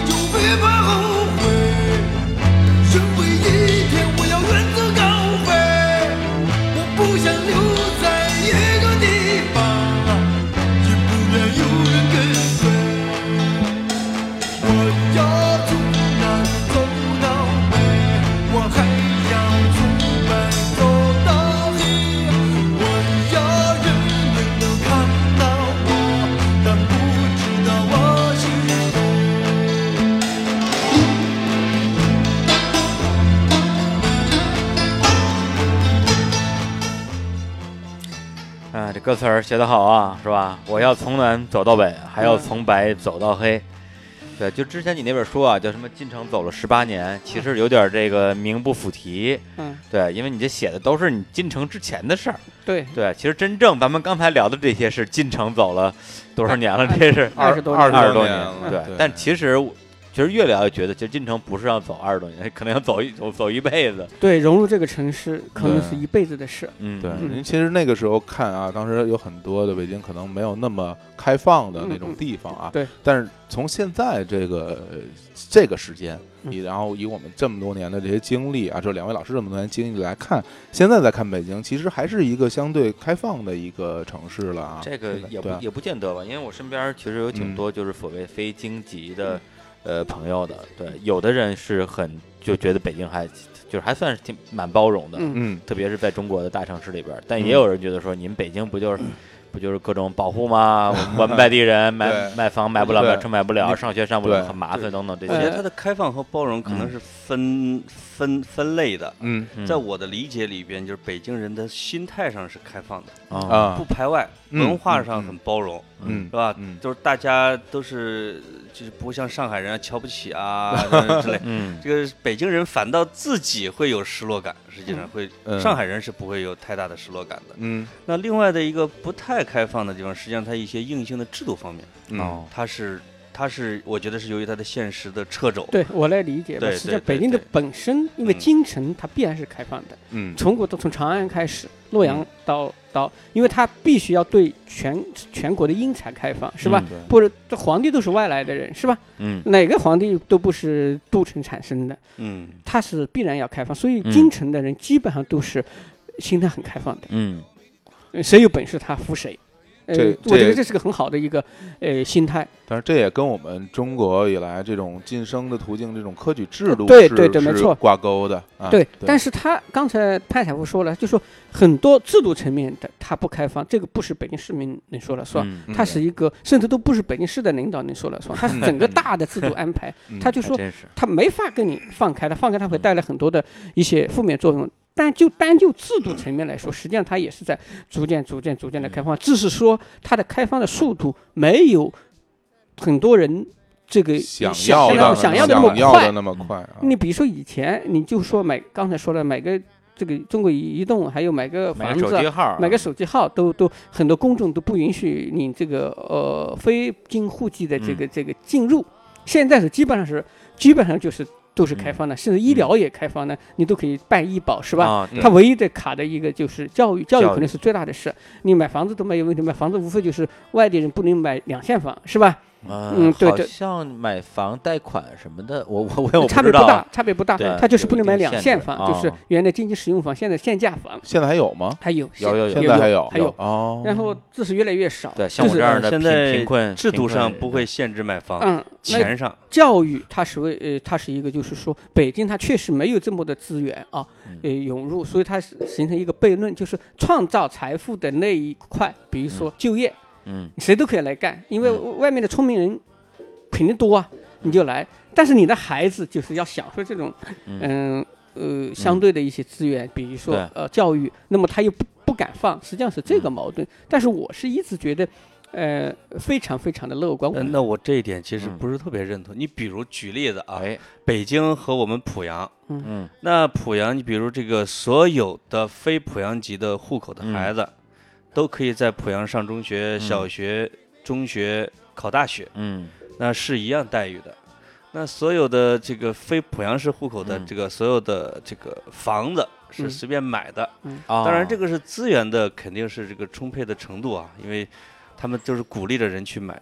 这歌词儿写得好啊，是吧？我要从南走到北，还要从白走到黑。对，就之前你那本书啊，叫什么？进城走了18年，其实有点这个名不符题。对，因为你这写的都是你进城之前的事儿。 对， 其实真正咱们刚才聊的这些是进城走了多少年了？这是 20多年了。对，但其实越聊越觉得，其实进城不是要走20多年，可能要走一辈子。 对，融入这个城市可能是一辈子的事。 对，其实那个时候看啊，当时有很多的北京可能没有那么开放的那种地方啊。 对。 但是从现在这个时间，然后以我们这么多年的这些经历啊，这2位老师这么多年经历来看，现在再看北京，其实还是一个相对开放的一个城市了啊。 这个也不见得吧，因为我身边其实有挺多就是所谓非京籍的。朋友的，对，有的人是就觉得北京还算是蛮包容的，特别是在中国的大城市里边，但也有人觉得说，你们北京不就是各种保护吗？我们外地人买房买不了，买车买不了，上学上不了，很麻烦等等这些。 我觉得它的开放和包容可能是分类的。在我的理解里边，就是北京人的心态上是开放的不排外，文化上很包容，是吧？就是大家都是。就是不像上海人瞧不起啊之类，这个北京人反倒自己会有失落感，实际上会，上海人是不会有太大的失落感的。那另外的一个不太开放的地方，实际上它一些硬性的制度方面，它是我觉得是由于它的现实的掣肘。 对我来理解吧，实际上北京的本身，因为京城它必然是开放的，从长安开始，洛阳到，因为它必须要对全国的英才开放，是吧？不是，这皇帝都是外来的人，是吧？哪个皇帝都不是都城产生的，它是必然要开放，所以京城的人基本上都是心态很开放的，谁有本事他服谁。我觉得这是个很好的一个心态， 但是这也跟我们中国以来这种晋升的途径、这种科举制度对没错挂钩的。 对，但是他刚才潘采夫说了，就说很多制度层面的他不开放，这个不是北京市民能说了算，他是一个甚至都不是北京市的领导能说了算，他是整个大的制度安排，他就说他没法跟你放开，他会带来很多的一些负面作用。但单就制度层面来说，实际上它也是在逐渐的开放，只是说它的开放的速度没有很多人这个想要的那么快。 你比如说以前，你就说刚才说了，每个这个中国移动还有每个房子、每个手机号都很多公众都不允许你这个非京户籍的这个进入，现在是基本上就是。都是开放的，甚至医疗也开放的，你都可以办医保，是吧？它唯一的卡的一个就是教育可能是最大的事。你买房子都没有问题，买房子无非就是外地人不能买2线房，是吧？ 对，好像买房贷款什么的，我差别不大，它就是不能买2线房，就是原来经济使用房，现在限价房。 现在还有吗？ 还有， 现在还有哦。然后这是越来越少。 对，像我这样的贫困制度上不会限制买房，钱上教育它是一个，就是说北京它确实没有这么多的资源啊，涌入，所以它形成一个悖论，就是创造财富的那一块，比如说就业。谁都可以来干，因为外面的聪明人肯定多啊，你就来。但是你的孩子就是要享受这种，相对的一些资源，比如说教育，那么他又不敢放，实际上是这个矛盾。但是我是一直觉得，非常非常的乐观。 那我这一点其实不是特别认同。你比如举例子啊，北京和我们濮阳，那濮阳，你比如这个所有的非濮阳籍的户口的孩子。都可以在濮阳上中学、小学、中学考大学，那是一样待遇的。那所有的这个非濮阳市户口的这个所有的这个房子是随便买的，当然这个是资源的肯定是这个充沛的程度啊，因为他们就是鼓励着人去买的。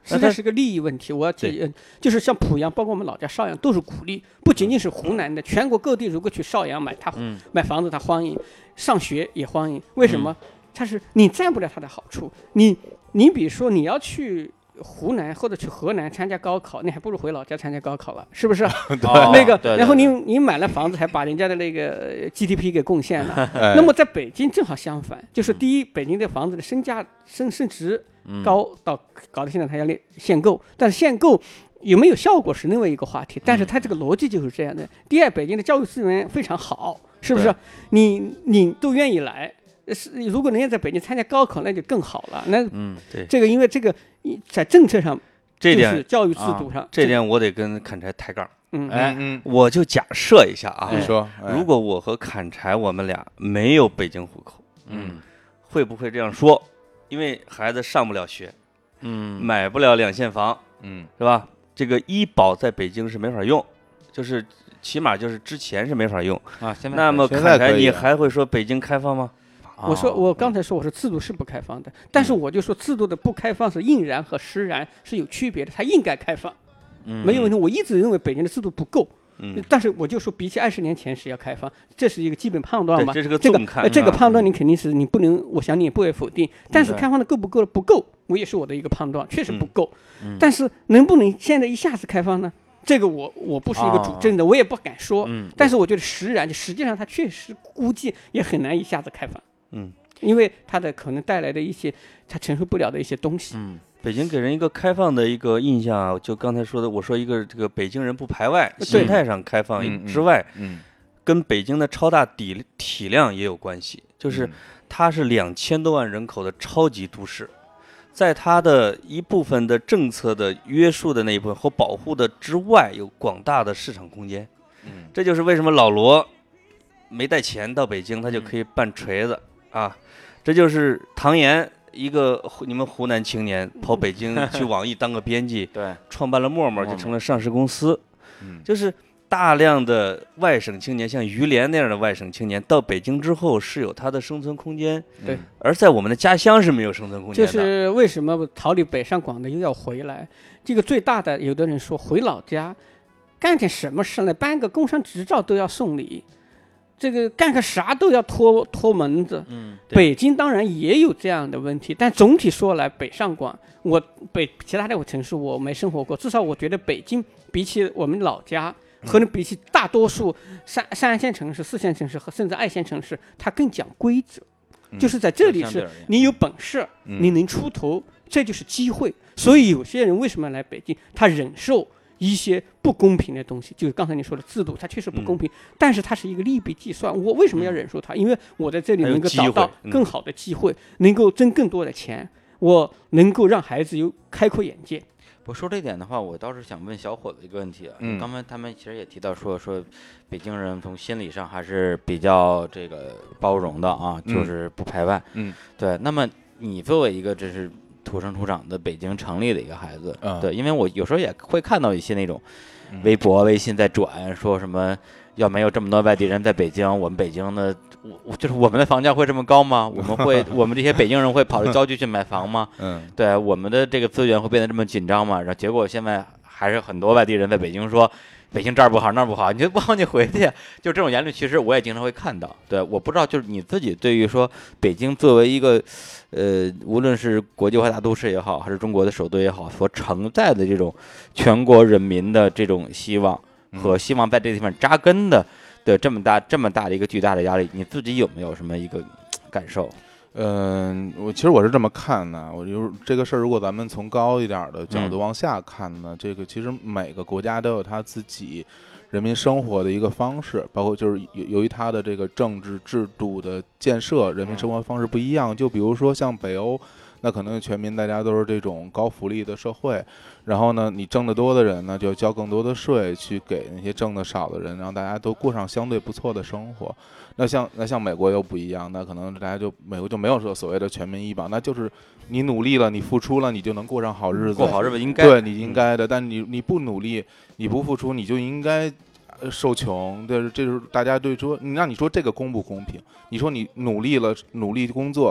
实在是个利益问题。我要就是像濮阳，包括我们老家邵阳，都是鼓励，不仅仅是湖南的，全国各地如果去邵阳买房子，他欢迎，上学也欢迎。为什么？他是你占不了他的好处。你比如说你要去湖南或者去河南参加高考，你还不如回老家参加高考了，是不是？那个，然后你买了房子，还把人家的那个 GDP 给贡献了。那么在北京正好相反，就是第一，北京的房子的升价升值高到搞到现在它要限购，但是限购有没有效果是另外一个话题。但是它这个逻辑就是这样的。第二，北京的教育资源非常好，是不是？你都愿意来。如果人家在北京参加高考，那就更好了。那对这个，因为这个在政策上， 这点就是教育制度上， 这点我得跟砍柴抬杠。我就假设一下啊， 你说， 如果我和砍柴我们俩没有北京户口，会不会这样说？因为孩子上不了学，买不了2线房，是吧？这个医保在北京是没法用，就是起码就是之前是没法用啊。 那么砍柴，你还会说北京开放吗？ 我刚才说我说制度是不开放的，但是我就说制度的不开放是应然和实然是有区别的，它应该开放，没有问题。我一直认为北京的制度不够，但是我就说比起20年前是要开放，这是一个基本判断嘛。 这是个纵看， 这个判断你肯定是你不能，我想你也不会否定。但是开放的够不够？不够，我也是我的一个判断，确实不够。但是能不能现在一下子开放呢？这个我不是一个主政的，我也不敢说。但是我觉得实际上它确实估计也很难一下子开放。因为它的可能带来的一些它承受不了的一些东西。 北京给人一个开放的一个印象，就刚才说的，我说一个这个北京人不排外，心态上开放之外，跟北京的超大体量也有关系。就是它是2000多万人口的超级都市，在它的一部分的政策的约束的那一部分和保护的之外，有广大的市场空间。这就是为什么老罗没带钱到北京，他就可以办锤子。这就是唐岩，一个你们湖南青年跑北京去网易当个编辑， 对， 创办了陌陌，就成了上市公司。就是大量的外省青年，像于连那样的外省青年到北京之后是有他的生存空间， 对， 而在我们的家乡是没有生存空间的。 就是为什么逃离北上广的又要回来？这个最大的，有的人说回老家干点什么事呢？办个工商执照都要送礼。这个干个啥都要拖门子。北京当然也有这样的问题，但总体说来，北上广，其他的城市我没生活过，至少我觉得北京比起我们老家，和比起大多数三线城市、4线城市和甚至2线城市，它更讲规则。就是在这里是你有本事，你能出头，这就是机会。所以有些人为什么来北京，他忍受一些不公平的东西，就是刚才你说的制度，它确实不公平，但是它是一个利弊计算。我为什么要忍受它？因为我在这里能够找到更好的机会，能够挣更多的钱，我能够让孩子有开阔眼界。 我说这点的话，我倒是想问小伙子一个问题啊。刚才他们其实也提到说北京人从心理上还是比较这个包容的啊，就是不排外。对。那么你作为一个这是土生土长的北京城里的一个孩子，对，因为我有时候也会看到一些那种微博、微信在转，说什么要没有这么多外地人在北京，我们北京的就是我们的房价会这么高吗？我们这些北京人会跑到郊区去买房吗？对，我们的这个资源会变得这么紧张吗？然后结果现在还是很多外地人在北京说北京这儿不好那儿不好，你就不好你回去。就这种言论其实我也经常会看到。对，我不知道就是你自己对于说北京作为一个无论是国际化大都市也好，还是中国的首都也好，所承载的这种全国人民的这种希望和希望在这个地方扎根的这么大的一个巨大的压力，你自己有没有什么一个感受？ 其实我是这么看的，我就是这个事儿，如果咱们从高一点的角度往下看呢，这个其实每个国家都有他自己人民生活的一个方式，包括就是由于它的这个政治制度的建设，人民生活方式不一样。就比如说像北欧，那可能全民大家都是这种高福利的社会，然后呢，你挣得多的人呢就交更多的税去给那些挣得少的人，让大家都过上相对不错的生活。那像美国又不一样，那可能大家美国就没有说所谓的全民医保，那就是你努力了，你付出了，你就能过上好日子， 过好日子应该对你应该的，但你不努力，你不付出，你就应该受穷。这是大家对说，让你说这个公不公平？你说你努力了，努力工作，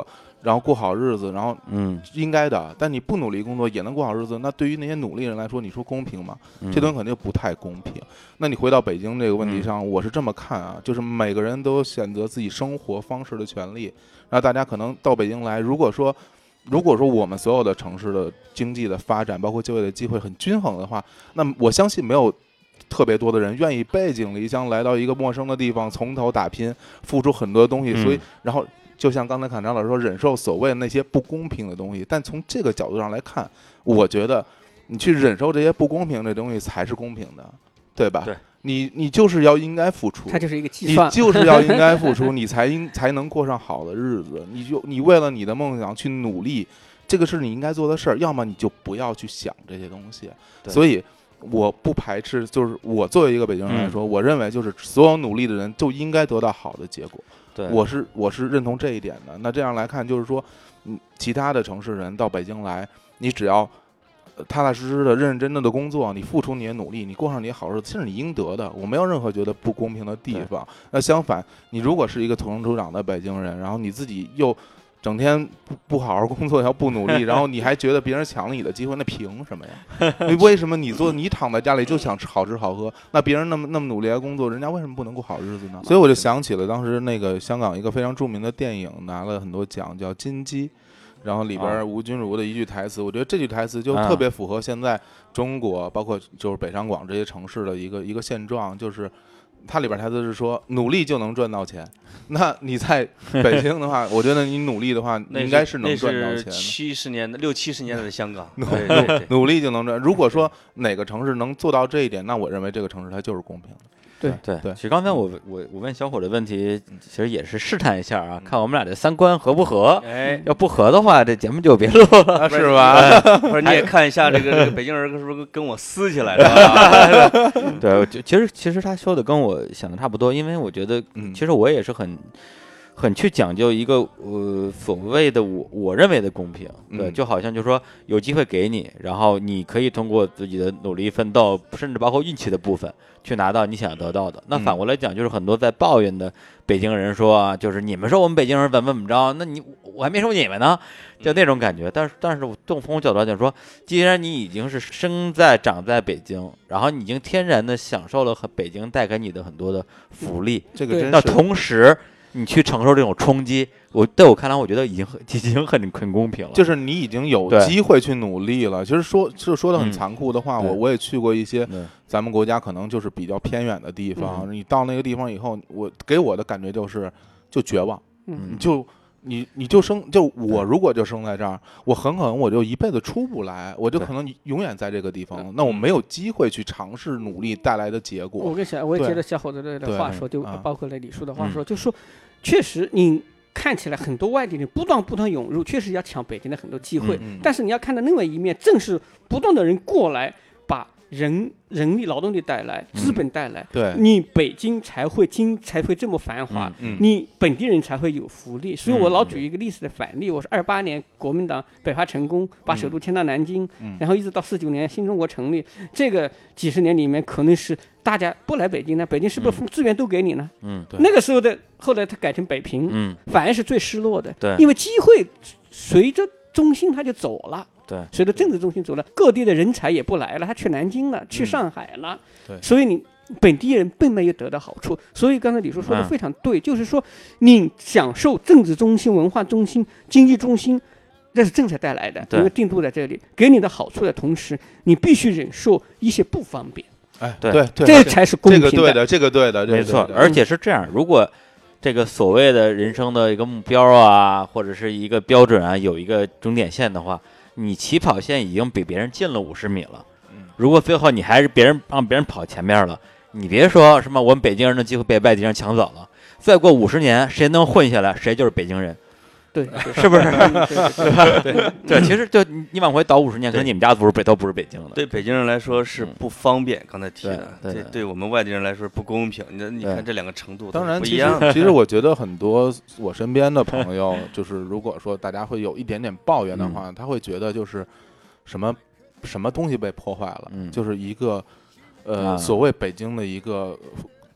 然后过好日子，然后应该的，但你不努力工作也能过好日子，那对于那些努力人来说，你说公平吗？这东西肯定不太公平。那你回到北京这个问题上，我是这么看啊，就是每个人都有选择自己生活方式的权利。然后大家可能到北京来，如果说我们所有的城市的经济的发展，包括就业的机会很均衡的话，那么我相信没有特别多的人愿意背井离乡来到一个陌生的地方，从头打拼，付出很多东西。所以，然后就像刚才阚长老师说，忍受所谓的那些不公平的东西。但从这个角度上来看，我觉得你去忍受这些不公平的东西才是公平的，对吧？ 对， 你就是要应该付出， 它就是一个计算， 你就是要应该付出，你才能过上好的日子。你为了你的梦想去努力，这个是你应该做的事儿。要么你就不要去想这些东西。所以我不排斥，就是我作为一个北京人来说，我认为就是所有努力的人就应该得到好的结果。 对， 我是认同这一点的。那这样来看，就是说，其他的城市人到北京来，你只要踏踏实实的、认认真真的工作，你付出你的努力，你过上你的好日子，这是你应得的。我没有任何觉得不公平的地方。那相反，你如果是一个土生土长的北京人，然后你自己又整天不好好工作，要不努力，然后你还觉得别人抢了你的机会，那凭什么呀？为什么你躺在家里就想好吃好喝？那别人那么努力来工作，人家为什么不能过好日子呢？所以我就想起了当时那个香港一个非常著名的电影，拿了很多奖，叫《金鸡》。然后里边吴君如的一句台词，我觉得这句台词就特别符合现在中国，包括就是北上广这些城市的一个现状，就是它里边台词是说努力就能赚到钱。那你在北京的话，我觉得你努力的话，应该是能赚到钱的。 六七十年代的香港， 努力就能赚。如果说哪个城市能做到这一点，那我认为这个城市它就是公平的。 对， 其实刚才我问小伙的问题，其实也是试探一下啊，看我们俩这三观合不合。要不合的话，这节目就别录了，是吧？ 或者你也看一下这个北京人是不是跟我撕起来了？ 对，其实他说的跟我想的差不多，因为我觉得，其实我也是很去讲究一个所谓的我认为的公平。对，就好像就是说有机会给你，然后你可以通过自己的努力奋斗，甚至包括运气的部分，去拿到你想得到的。那反过来讲，就是很多在抱怨的北京人说啊，就是你们说我们北京人怎么着，那我还没说你们呢，就那种感觉。但是我从我角度来讲说，既然你已经是长在北京，然后你已经天然的享受了北京带给你的很多的福利， 这个真是那同时你去承受这种冲击，在我看来，我觉得已经很公平了。 就是你已经有机会去努力了。其实说的很残酷的话，我也去过一些咱们国家可能就是比较偏远的地方。你到那个地方以后，给我的感觉就绝望。你就我如果就生在这儿，我很可能我就一辈子出不来，我就可能永远在这个地方。那我没有机会去尝试努力带来的结果。 我也觉得小伙子的话说，就包括了李叔的话说，就说确实你看起来很多外地人不断涌入，确实要抢北京的很多机会。但是你要看到另外一面，正是不断的人过来把人力劳动力带来，资本带来， 对， 你北京才会这么繁华，你本地人才会有福利。所以我老举一个历史的反例，我是28年国民党北伐成功，把首都迁到南京，然后一直到49年新中国成立，这个几十年里面可能是大家不来北京呢，北京是不是资源都给你呢？ 对， 那个时候的后来他改成北平，反而是最失落的， 对， 因为机会随着中心他就走了。 对， 随着政治中心走了，各地的人才也不来了，他去南京了，去上海了。 对， 所以你本地人并没有得到好处。所以刚才李叔说的非常对，就是说你享受政治中心、文化中心、经济中心，这是政策带来的，因为定都在这里，给你的好处的同时，你必须忍受一些不方便。 对， 这才是公平的。这个对的， 没错。而且是这样，如果这个所谓的人生的一个目标啊，或者是一个标准啊，有一个终点线的话，你起跑线已经比别人近了50米了。如果最后你还是让别人跑前面了，你别说什么我们北京人的机会被外地人抢走了，再过50年，谁能混下来，谁就是北京人。 对， 是不是？对，其实就你往回倒50年，可能你们家都不是北京的。 对北京人来说是不方便，刚才提的，这对我们外地人来说不公平。你看这两个程度当然不一样。 其实我觉得很多我身边的朋友，就是如果说大家会有一点点抱怨的话，他会觉得就是什么东西被破坏了，就是一个所谓北京的一个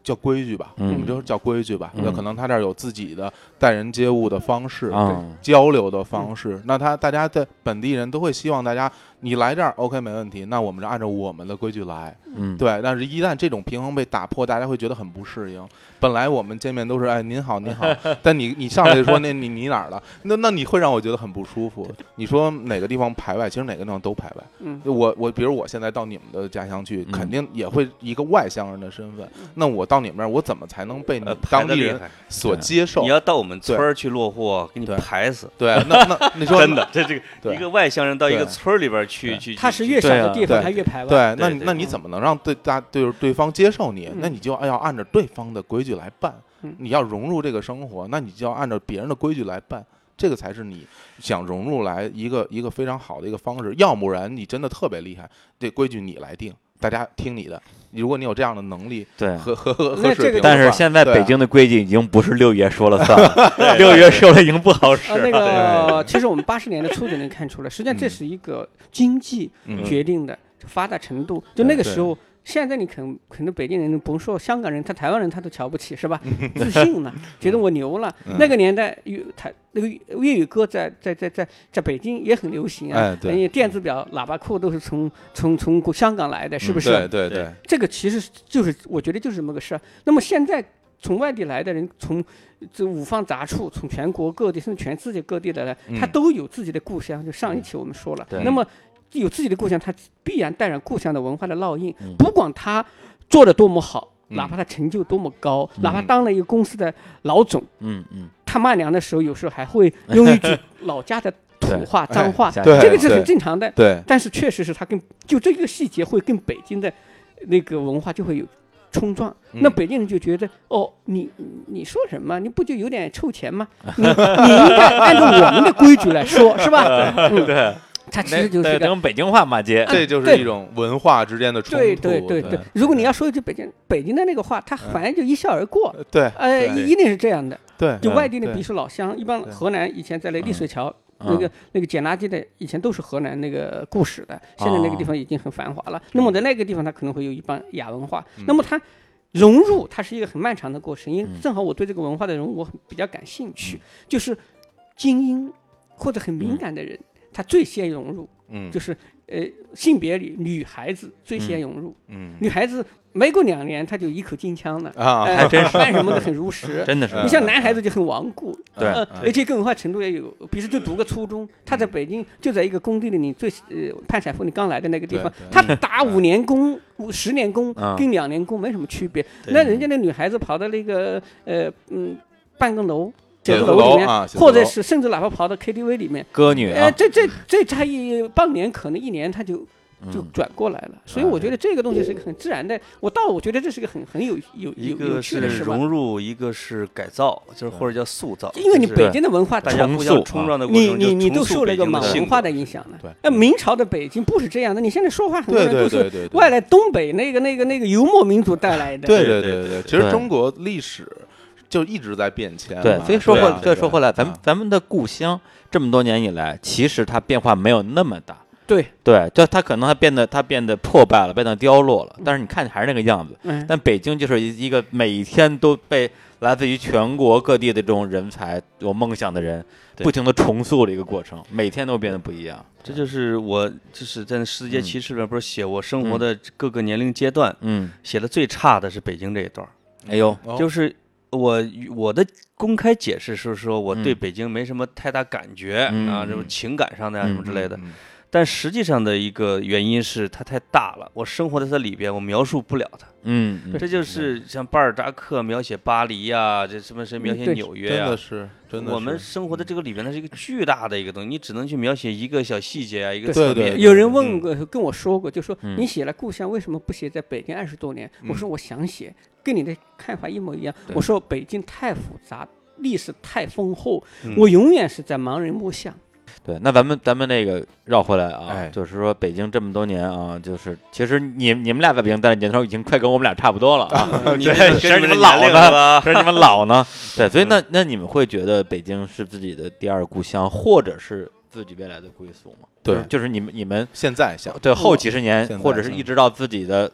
叫规矩吧，我们就叫规矩吧。那可能他这儿有自己的待人接物的方式，交流的方式。那大家的本地人都会希望大家你来这儿 OK 没问题，那我们就按照我们的规矩来。对。但是一旦这种平衡被打破，大家会觉得很不适应。本来我们见面都是哎您好您好，但你上来就说你哪儿了？那你会让我觉得很不舒服。你说哪个地方排外，其实哪个地方都排外。我比如我现在到你们的家乡去，肯定也会一个外乡人的身份。那我到你们那儿，我怎么才能被你当地人所接受？ 你要到我们村儿去落户，给你排死。 对，那你说真的，这个一个外乡人到一个村里边去， 他是越小的地方他越排外。 对，那你怎么能让对方接受你？那你就要按照对方的规矩来办。你要融入这个生活，那你就要按照别人的规矩来办。这个才是你想融入来一个非常好的一个方式。要不然你真的特别厉害，这规矩你来定，大家听你的。如果你有这样的能力， 对， 和水平， 但是现在北京的规矩已经不是6爷说了算了，6爷说了已经不好使。 那个，其实我们80年的初就能看出来，实际上这是一个经济决定的发达程度。就那个时候。现在你可能北京人甭说香港人，他台湾人他都瞧不起，是吧？自信了，觉得我牛了。那个年代那个粤语歌在北京也很流行啊。电子表、喇叭裤都是从香港来的，是不是？ 对。 这个其实就是我觉得就是这么个事儿。那么现在从外地来的人，从这五方杂处，从全国各地甚至全世界各地的来，他都有自己的故乡。就上一期我们说了，那么。有自己的故乡，他必然带上故乡的文化的烙印。不管他做的多么好，哪怕他成就多么高，哪怕当了一个公司的老总，他骂娘的时候，有时候还会用一句老家的土话、脏话，这个是很正常的。 对， 但是确实是他就这个细节会跟北京的那个文化就会有冲撞。那北京人就觉得，哦，你说什么？你不就有点臭钱吗？你应该按照我们的规矩来说，是吧？ 对。 它其实就是用北京话骂街， 这就是一种文化之间的冲突。 对。如果你要说一句北京的那个话，它反正就一笑而过。 对， 一定是这样的。 对， 就外地的，比如说老乡，一般河南以前在那丽水桥那个捡垃圾的，以前都是河南那个故事的，现在那个地方已经很繁华了。那么在那个地方，它可能会有一帮亚文化。那么它融入，它是一个很漫长的过程。因为正好我对这个文化的融入我比较感兴趣，就是精英或者很敏感的人。他最先融入，就是性别里女孩子最先融入，女孩子没过2年她就一口金腔了还真是干什么都很如实， 真的是。 你像男孩子就很顽固， 对， 而且更文化程度也有，比如说就读个初中，他在北京就在一个工地里，你潘采夫你刚来的那个地方，他打5年工、10年工跟2年工没什么区别，那人家那女孩子跑到那个办公楼。写字楼里面，或者是甚至哪怕跑到 KTV 里面， 歌女这差异半年，可能1年他就转过来了。所以我觉得这个东西是一个很自然的。我觉得这是个很有趣的事吧。 一个是融入，一个是改造，就是或者叫塑造。 因为你北京的文化， 大家互相冲撞的过程中， 你都受了一个满文化的影响了。对，明朝的北京不是这样的。你现在说话很多人都是外来东北那个游牧民族带来的。 对，其实中国历史。就一直在变迁。 对，所以说回来，咱们的故乡这么多年以来，其实它变化没有那么大。 对， 就它可能它变得破败了，变得凋落了，但是你看还是那个样子。但北京就是一个每天都被来自于全国各地的这种人才、有梦想的人不停的重塑的一个过程，每天都变得不一样。 这就是我就是在《世界奇事》里面不是写我生活的各个年龄阶段，写的最差的是北京这一段。 哎呦， 就是。我的公开解释是说我对北京没什么太大感觉啊，这种情感上的什么之类的，但实际上的一个原因是它太大了，我生活在它里边，我描述不了它。这就是像巴尔扎克描写巴黎呀，这什么谁描写纽约呀， 真的是我们生活在这个里边，它是一个巨大的一个东西，你只能去描写一个小细节啊，一个侧面。 有人问过跟我说过，就说你写了故乡为什么不写在北京20多年？我说我想写，跟你的看法一模一样。我说北京太复杂，历史太丰厚，我永远是在盲人摸象。 对，那咱们那个绕回来啊，就是说北京这么多年啊，就是其实你们俩在北京待的年头已经快跟我们俩差不多了啊， 是你们老呢，是你们老呢，对，所以那你们会觉得北京是自己的第2故乡，或者是自己未来的归宿吗？ 对， 就是你们现在想对后几十年，或者是一直到自己的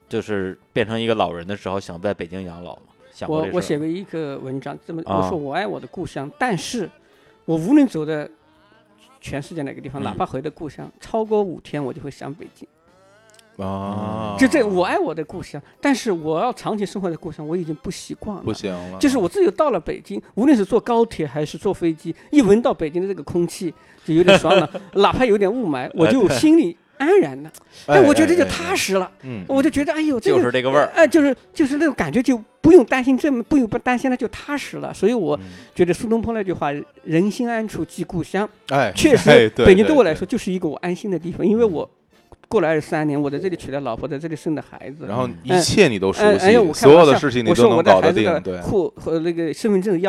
就是变成一个老人的时候，想在北京养老吗？想过这事？ 我写过一个文章，这么我说我爱我的故乡，但是我无论走的全世界哪个地方，哪怕回的故乡超过5天，我就会想北京。就这，我爱我的故乡，但是我要长期生活在故乡，我已经不习惯了， 不行了。 就是我自己到了北京，无论是坐高铁还是坐飞机，一闻到北京的这个空气就有点爽了，哪怕有点雾霾，我就心里安然了。但我觉得就踏实了。我就觉得，哎呦， 就是这个味儿。 就是那种感觉，就不用担心不用担心了，就踏实了。所以我觉得苏东坡那句话“人心安处即故乡”，确实，北京对我来说就是一个我安心的地方，因为我过了23年，我在这里娶了老婆，在这里生的孩子， 然后一切你都熟悉，所有的事情你都能搞得定。对， 户和那个身份证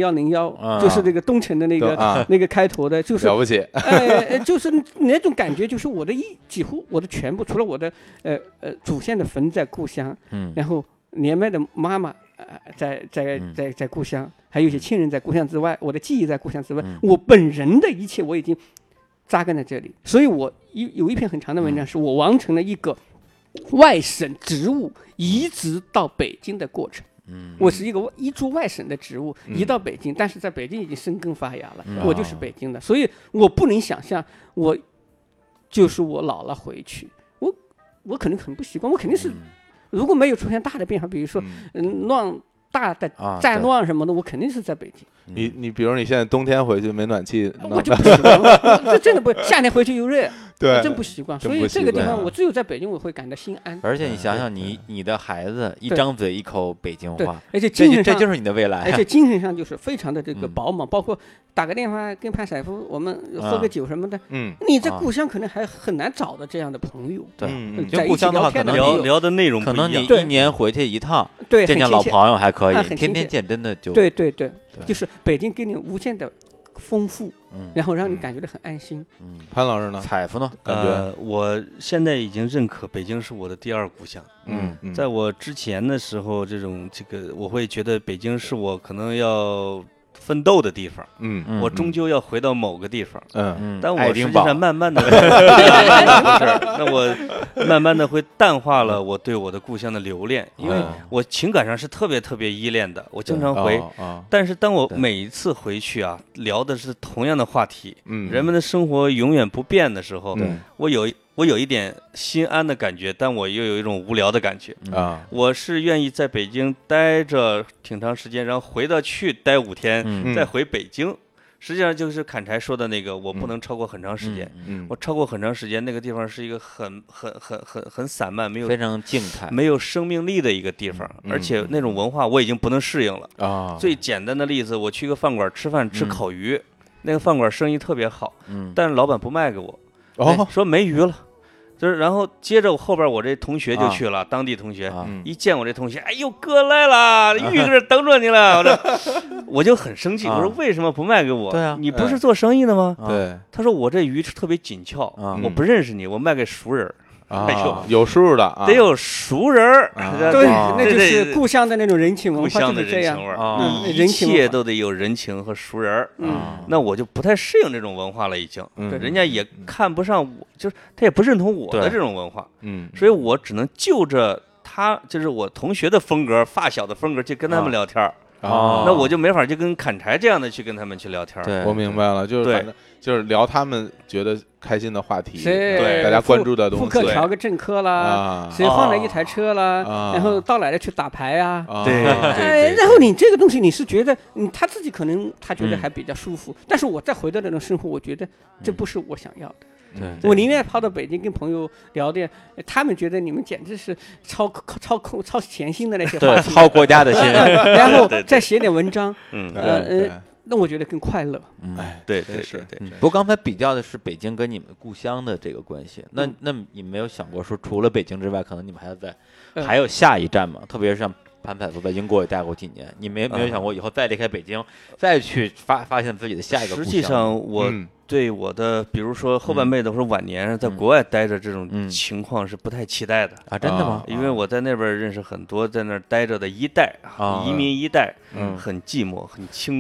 11011，就是这个东城的那个开头的，就是了不起。 就是那种感觉，就是几乎我的全部，除了我的祖先的坟在故乡，然后年迈的妈妈在故乡，还有一些亲人在故乡之外，我的记忆在故乡之外，我本人的一切我已经扎根在这里，所以我有一篇很长的文章，是我完成了一个外省植物移植到北京的过程。我是一株外省的植物移到北京，但是在北京已经生根发芽了，我就是北京的，所以我不能想象我老了回去，我可能很不习惯，我肯定是如果没有出现大的变化，比如说大的战乱什么的，我肯定是在北京。 你比如你现在冬天回去没暖气， 我就不习惯了。这真的不，夏天回去又热， 对， 真不习惯。所以这个地方，我只有在北京我会感到心安。 而且你想想，你的孩子一张嘴一口北京话， 而且精神上这就是你的未来， 而且精神上就是非常的这个饱满。包括打个电话跟潘师傅，我们喝个酒什么的，你在故乡可能还很难找到这样的朋友。 对，在故乡的话，可能聊的内容可能你1年回去一趟，见见老朋友还可以，天天见真的就对，就是北京给你无限的丰富，然后让你感觉到很安心。 潘老师呢？ 采夫呢？感觉我现在已经认可北京是我的第2故乡。在我之前的时候，我会觉得北京是我可能要奋斗的地方，我终究要回到某个地方，但我实际上慢慢的，那我慢慢的会淡化了我对我的故乡的留恋，因为我情感上是特别特别依恋的，我经常回，但是当我每一次回去啊，聊的是同样的话题，人们的生活永远不变的时候，我有一点心安的感觉，但我又有一种无聊的感觉我是愿意在北京待着挺长时间，然后回到去待5天，再回北京。实际上就是砍柴说的那个，我不能超过很长时间。我超过很长时间，那个地方是一个很散漫，没有非常静态、 没有生命力的一个地方，而且那种文化我已经不能适应了最简单的例子，我去一个饭馆吃饭吃烤鱼，那个饭馆生意特别好，但是老板不卖给我，说没鱼了。然后接着后边我这同学就去了，当地同学一见我这同学，哎呦哥来了，玉哥等着你了，我就很生气，我说为什么不卖给我？ 对啊， 你不是做生意的吗？ 对， 他说我这鱼特别紧俏，我不认识你，我卖给熟人。 有数的得有熟人对，那就是故乡的那种人情文化， 故乡的人情味儿，一切都得有人情和熟人。那我就不太适应这种文化了，已经。人家也看不上我，就是他也不认同我的这种文化。所以我只能就着他，就是我同学的风格、发小的风格去跟他们聊天。那我就没法就跟砍柴这样的去跟他们去聊天。 我明白了，就是反正就是聊他们觉得开心的话题，对大家关注的东西。 复刻调个正科啦，谁换了一台车啦，然后到哪里去打牌啊？ 对， 然后你这个东西你是觉得他自己可能他觉得还比较舒服，但是我再回到那种生活，我觉得这不是我想要的。我宁愿跑到北京跟朋友聊天，他们觉得你们简直是超前心的那些话题， 超国家的心， 然后再写点文章，那我觉得更快乐。 对。 不过刚才比较的是北京跟你们故乡的这个关系，那你没有想过说，除了北京之外，可能你们还有下一站吗？特别是像潘采夫在英国也待过几年，你没有想过以后再离开北京，再去发现自己的下一个故乡？ 实际上我对我的，比如说后半辈子或者晚年在国外待着这种情况是不太期待的真的吗？ 因为我在那边认识很多在那儿待着的一代移民一代，很寂寞很清苦。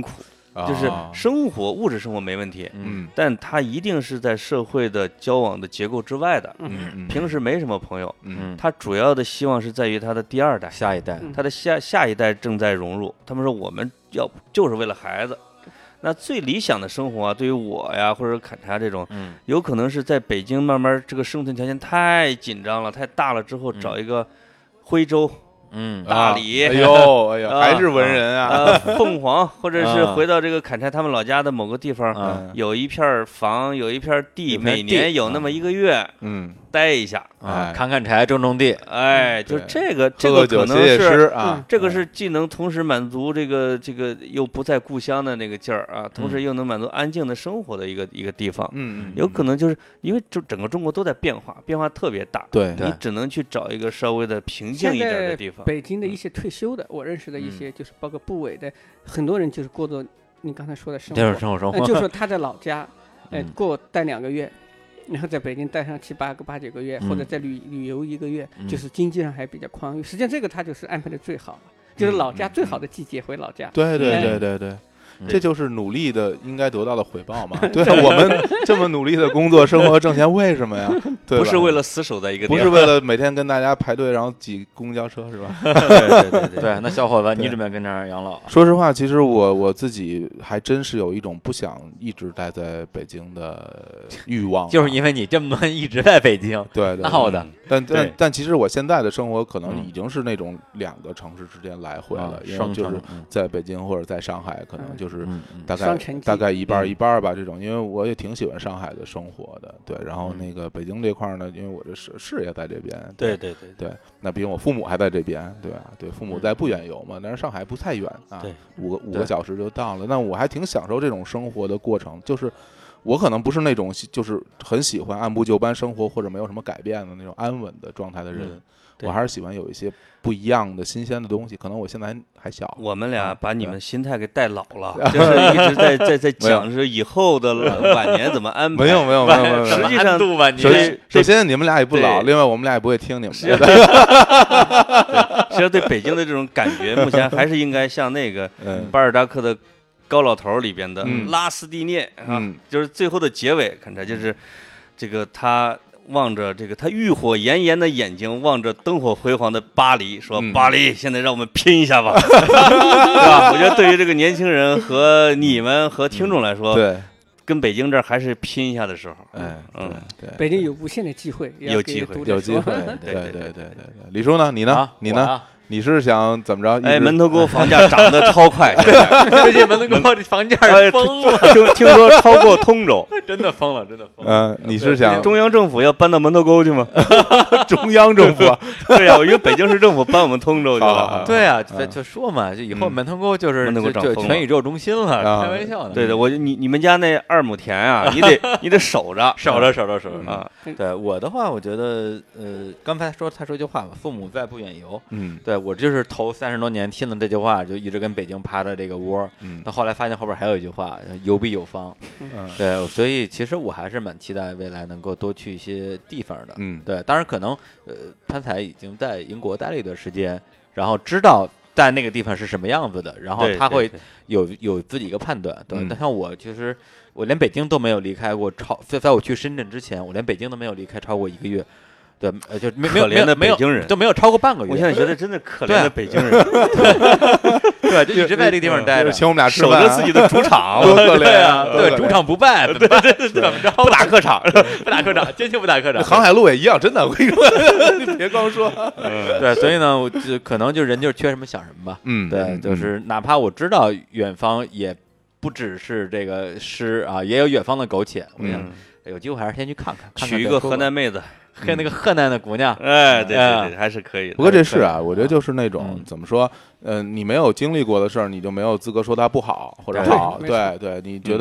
就是生活物质生活没问题，但他一定是在社会的交往的结构之外的，平时没什么朋友，他主要的希望是在于他的第二代、 下一代， 他的下一代正在融入。他们说我们就是为了孩子。那最理想的生活啊，对于我呀或者砍柴这种，有可能是在北京慢慢这个生存条件太紧张了、太大了之后，找一个徽州。大理， 哎呀，还是文人啊！ 凤凰，或者是回到这个砍柴他们老家的某个地方，有一片房，有一片地，每年有那么1个月，待一下砍砍柴，种地， 就这个可能是这个是既能同时满足这个又不在故乡的那个劲儿啊，同时又能满足安静的生活的一个地方。有可能就是因为整个中国都在变化特别大， 对， 你只能去找一个稍微的平静一点的地方。 北京的一些退休的，我认识的一些就是包括部委的很多人，就是过着你刚才说的生活，就说他在老家，待2个月。然后在北京待上7、8、9个月，或者在旅游1个月，就是经济上还比较宽裕。实际上这个他就是安排的最好了，就是老家最好的季节回老家。 对，这就是努力的应该得到的回报嘛。对，我们这么努力的工作、生活、挣钱，为什么呀？ 不是为了死守在一个地方， 不是为了每天跟大家排队，然后挤公交车，是吧？ 对。 那小伙子，你准备跟这儿养老？ 说实话，其实我自己还真是有一种不想一直待在北京的欲望， 就是因为你这么多一直在北京， 对， 闹的。 但其实我现在的生活可能已经是那种2个城市之间来回了，因为就是在北京或者在上海，可能就是大概一半吧这种，因为我也挺喜欢上海的生活的，对。然后那个北京这块呢，因为我这事业在这边， 对， 那毕竟我父母还在这边，对吧？对，父母在不远游嘛，但是上海不太远啊， 对 ，5个小时就到了。那我还挺享受这种生活的过程，就是我可能不是那种就是很喜欢按部就班生活或者没有什么改变的那种安稳的状态的人。我还是喜欢有一些不一样的新鲜的东西，可能我现在还小。 我们俩把你们心态给带老了，就是一直在讲是以后的晚年怎么安排。 没有， 实际上首先你们俩也不老，另外我们俩也不会听你们的。 其实对北京的这种感觉，目前还是应该像那个巴尔扎克的《高老头》里边的拉斯蒂涅就是最后的结尾，看着就是这个他。望着这个他欲火炎炎的眼睛，望着灯火辉煌的巴黎，说：“巴黎，现在让我们拼一下吧，对吧？”我觉得对于这个年轻人和你们和听众来说， 对， 跟北京这儿还是拼一下的时候。 对， 北京有无限的机会， 有机会， 对。李叔呢？你呢？你是想怎么着？ 门头沟房价涨得超快， 最近门头沟这房价疯了， 听说超过通州， 真的疯了。 你是想中央政府要搬到门头沟去吗？ 中央政府？ 对呀，我以为北京市政府搬我们通州去了。 对呀，就说嘛，就以后门头沟就是全宇宙中心了，开玩笑呢。 对，你们家那2亩田啊，你得守着啊。 对我的话，我觉得刚才他说一句话嘛，父母在不远游。对。我就是头30多年听了这句话，就一直跟北京趴着这个窝。到后来发现后边还有一句话，游必有方。对，所以其实我还是蛮期待未来能够多去一些地方的。对，当然可能潘采已经在英国待了一段时间，然后知道在那个地方是什么样子的，然后他会有自己一个判断。对，但像我其实我连北京都没有离开过，在我去深圳之前，我连北京都没有离开超过1个月。对，就可怜的北京人都没有超过半个月。 我现在觉得真的可怜的北京人， 对，就一直在这个地方待着， 请我们俩守着自己的主场， 多可怜啊！对，主场不败，怎么着？ 不打客场， 坚决不打客场。 航海路也一样，真的，我跟你说，你别光说。 对，所以呢，我就可能就人就是缺什么想什么吧。对，就是哪怕我知道远方也不只是这个诗啊，也有远方的苟且。我想有机会还是先去看看， 娶一个河南妹子。 跟那个河南的姑娘， 对，还是可以的。 不过这是啊，我觉得就是那种怎么说，你没有经历过的事儿，你就没有资格说它不好或者好。对，你觉得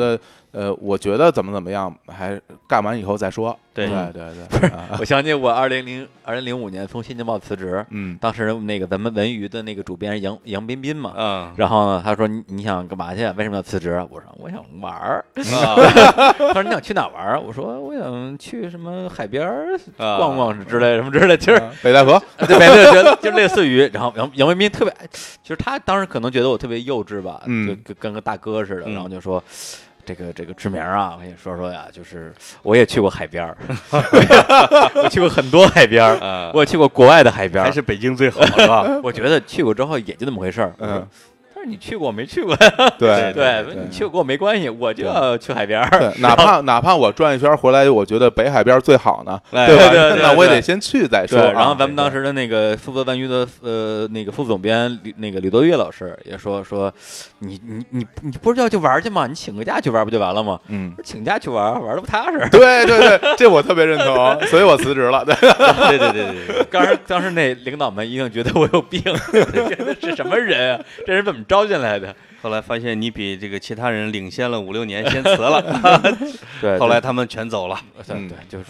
我觉得怎么样，还干完以后再说。对， 不是，我想起我2005年从《新京报》辞职，当时那个咱们文娱的那个主编杨彬彬嘛，然后呢，他说你想干嘛去？为什么要辞职？我说我想玩儿。他说你想去哪玩儿？我说我想去什么海边逛逛之类什么之类。其实北戴河， 对，就类似于。然后杨彬彬特别，其实他当时可能觉得我特别幼稚吧，就跟个大哥似的，然后就说。这个志明啊，我跟你说呀，就是我也去过海边我去过很多海边我也去过国外的海边还是北京最好，是吧？ 我觉得去过之后也就那么回事儿。但是你去过我没去过对， 你去过跟我没关系，我就要去海边哪怕我转一圈回来，我觉得北海边最好呢， 对吧？那我也得先去再说。 然后咱们当时的那个负责文娱的那个副总编那个李多玉老师也说你不是要去玩去吗？你请个假去玩不就完了吗？请假去玩的不踏实。 对，这我特别认同，所以我辞职了。 对。当时那领导们一定觉得我有病，觉得是什么人啊？这人怎么招进来的？ 后来发现你比这个其他人领先了5、6年，先辞了。 对， 后来他们全走了。 对，就是。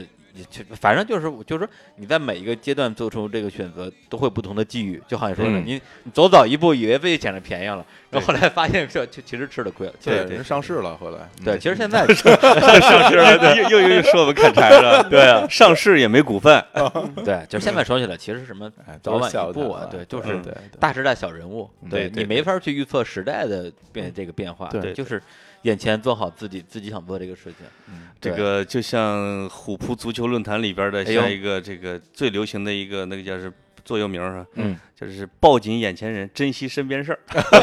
反正就是说你在每一个阶段做出这个选择都会不同的机遇，就好像说你走早一步以为自己捡着便宜了，然后后来发现就其实吃了亏了。 对，人上市了后来。 对，其实现在上市了，又说我们看柴了。对啊，上市也没股份。 对，就现在说起来，其实什么早晚一步啊，对，就是大时代小人物。对，你没法去预测时代的这个变化。对，就是眼前做好自己想做这个事情。 这个就像虎扑足球论坛里边的，像一个这个最流行的一个那个叫是座右铭是，就是抱紧眼前人，珍惜身边事儿。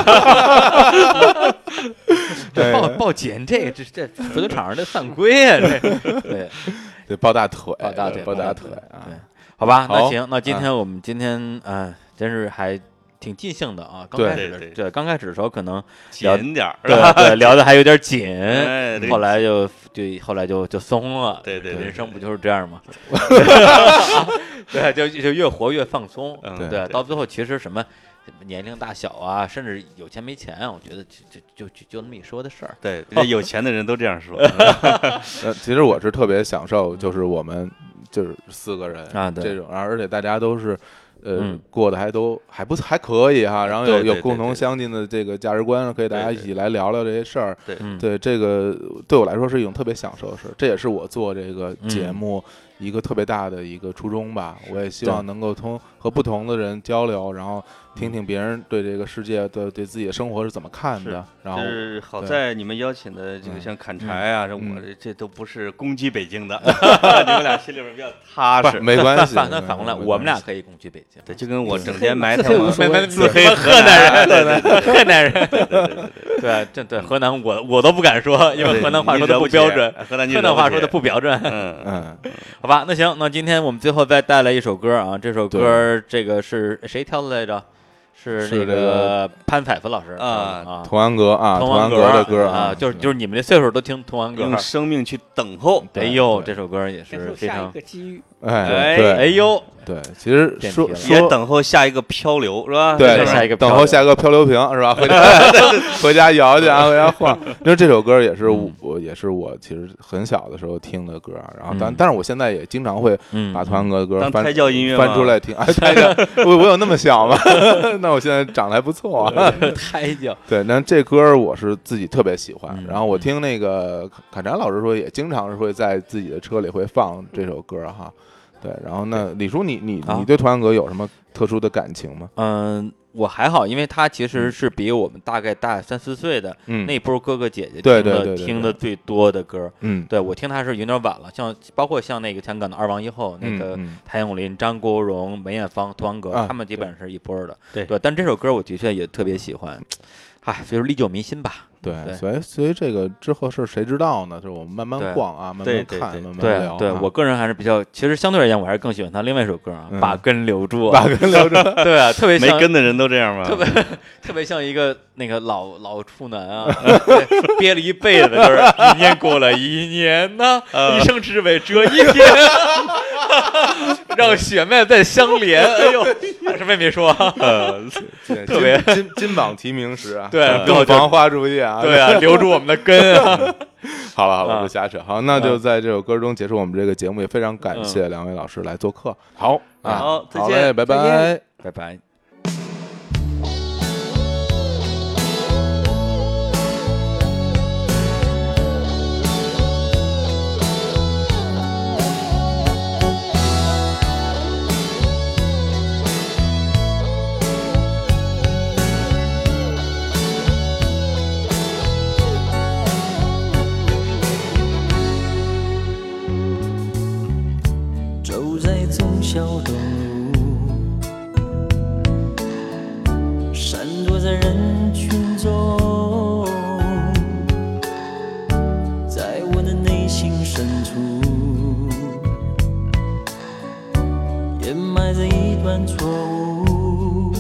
抱紧这足球场上的犯规啊！ 对，抱大腿啊！ 对，好吧，那行，那我们今天真是还挺尽兴的啊！刚开始的时候可能紧点儿， 对，聊的还有点紧，后来就松了。对，人生不就是这样吗？对，就越活越放松。对，到最后其实什么年龄大小啊，甚至有钱没钱啊，我觉得就那么一说的事儿。 对，有钱的人都这样说。 其实我是特别享受，就是我们就是4个人这种，而且大家都是。过得还可以哈，然后有共同相近的这个价值观，可以大家一起来聊聊这些事儿。对，这个对我来说是一种特别享受的事，这也是我做这个节目一个特别大的一个初衷吧。我也希望能够和不同的人交流，然后听听别人对这个世界的对自己的生活是怎么看的。然后是好在你们邀请的这个像砍柴啊，我这都不是攻击北京的，你们俩心里边比较踏实。 没关系， 反过来我们俩可以攻击北京。 对，就跟我整天埋汰我自黑河南人，河南人。对，河南我都不敢说，因为河南话说的不标准，河南话说的不标准。好吧，那行，那今天我们最后再带来一首歌啊，这首歌这个是谁挑的来着？是那个潘采夫老师啊，童安格啊，童安格的歌啊，就是你们这岁数都听童安格， 用生命去等候。 哎呦，这首歌也是非常个机遇。 哎呦， 对，其实也等候下一个漂流是吧？ 对，等候下一个漂流瓶是吧？回家摇去啊，回家晃。因为这首歌也是我其实很小的时候听的歌，然后但是我现在也经常会把童安格的歌当胎教音乐翻出来听。胎教，我有那么小吗？那我现在长得还不错啊。 胎教。 对，那这歌我是自己特别喜欢，然后我听那个侃柴老师说，也经常是会在自己的车里会放这首歌哈。对，然后那李叔，你对童安格有什么特殊的感情吗？ 我还好，因为他其实是比我们大概大3、4岁的那波哥哥姐姐听的最多的歌。对，我听他是有点晚了，包括像那个香港的2王1后，那个谭咏麟、张国荣、梅艳芳、童安格，他们基本上是一波的。对，但这首歌我的确也特别喜欢，就是历久弥新吧。 对，所以这个之后是谁知道呢？就是我们慢慢逛啊，慢慢看，慢慢聊。 对，我个人还是比较，其实相对而言，我还是更喜欢他另外一首歌啊，《把根留住》。 把根留住。 对啊，特别没根的人都这样吗？ 特别像一个那个老处男啊，憋了一辈子，就是一年过了一年呢，一生只为这一天，让血脉再相连。哎呦，什么也没说， 特别金榜题名时啊， 对， 更防花注意啊， 对啊，留住我们的根啊。 好了，不瞎扯。好，那就在这首歌中结束我们这个节目，也非常感谢两位老师来做客。好， 再见， 拜拜， 拜拜。 小东路，闪躲在人群中，在我的内心深处，掩埋着一段错误。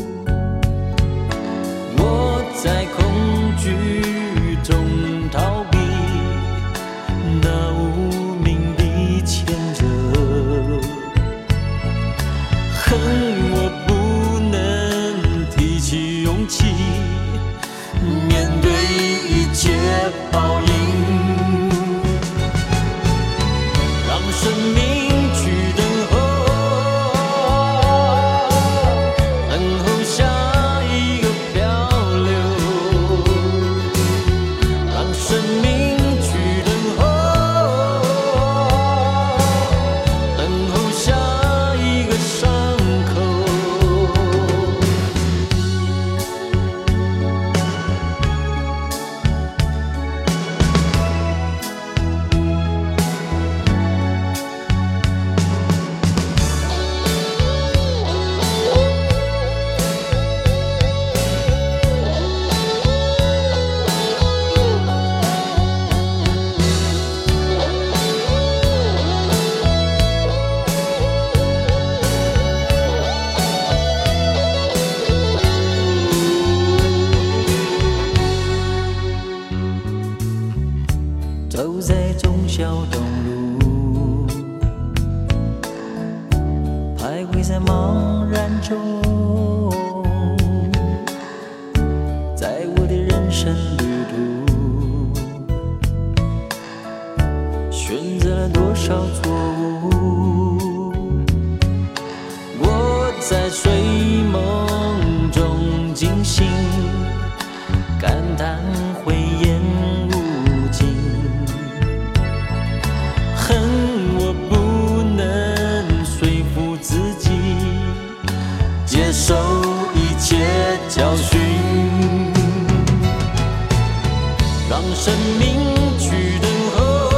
我在恐惧中逃避，那无名的牵着。恨我不能提起勇气，面对一切报应，让生命去等候，等候下一个漂流，让生命去等候，等候下一个伤。走在忠孝东路，徘徊在茫然中，在我的人生旅途，选择了多少错误。我在睡梦中惊醒，感叹慧眼无尽。恨我不能说服自己接受一切教训，让生命去等候，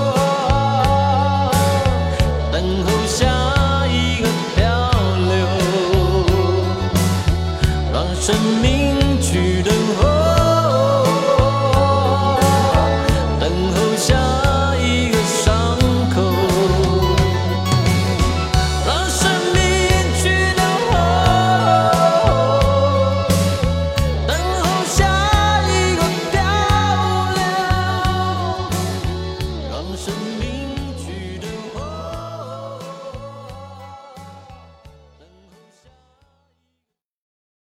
等候下一个漂流，让生命去等候。生命。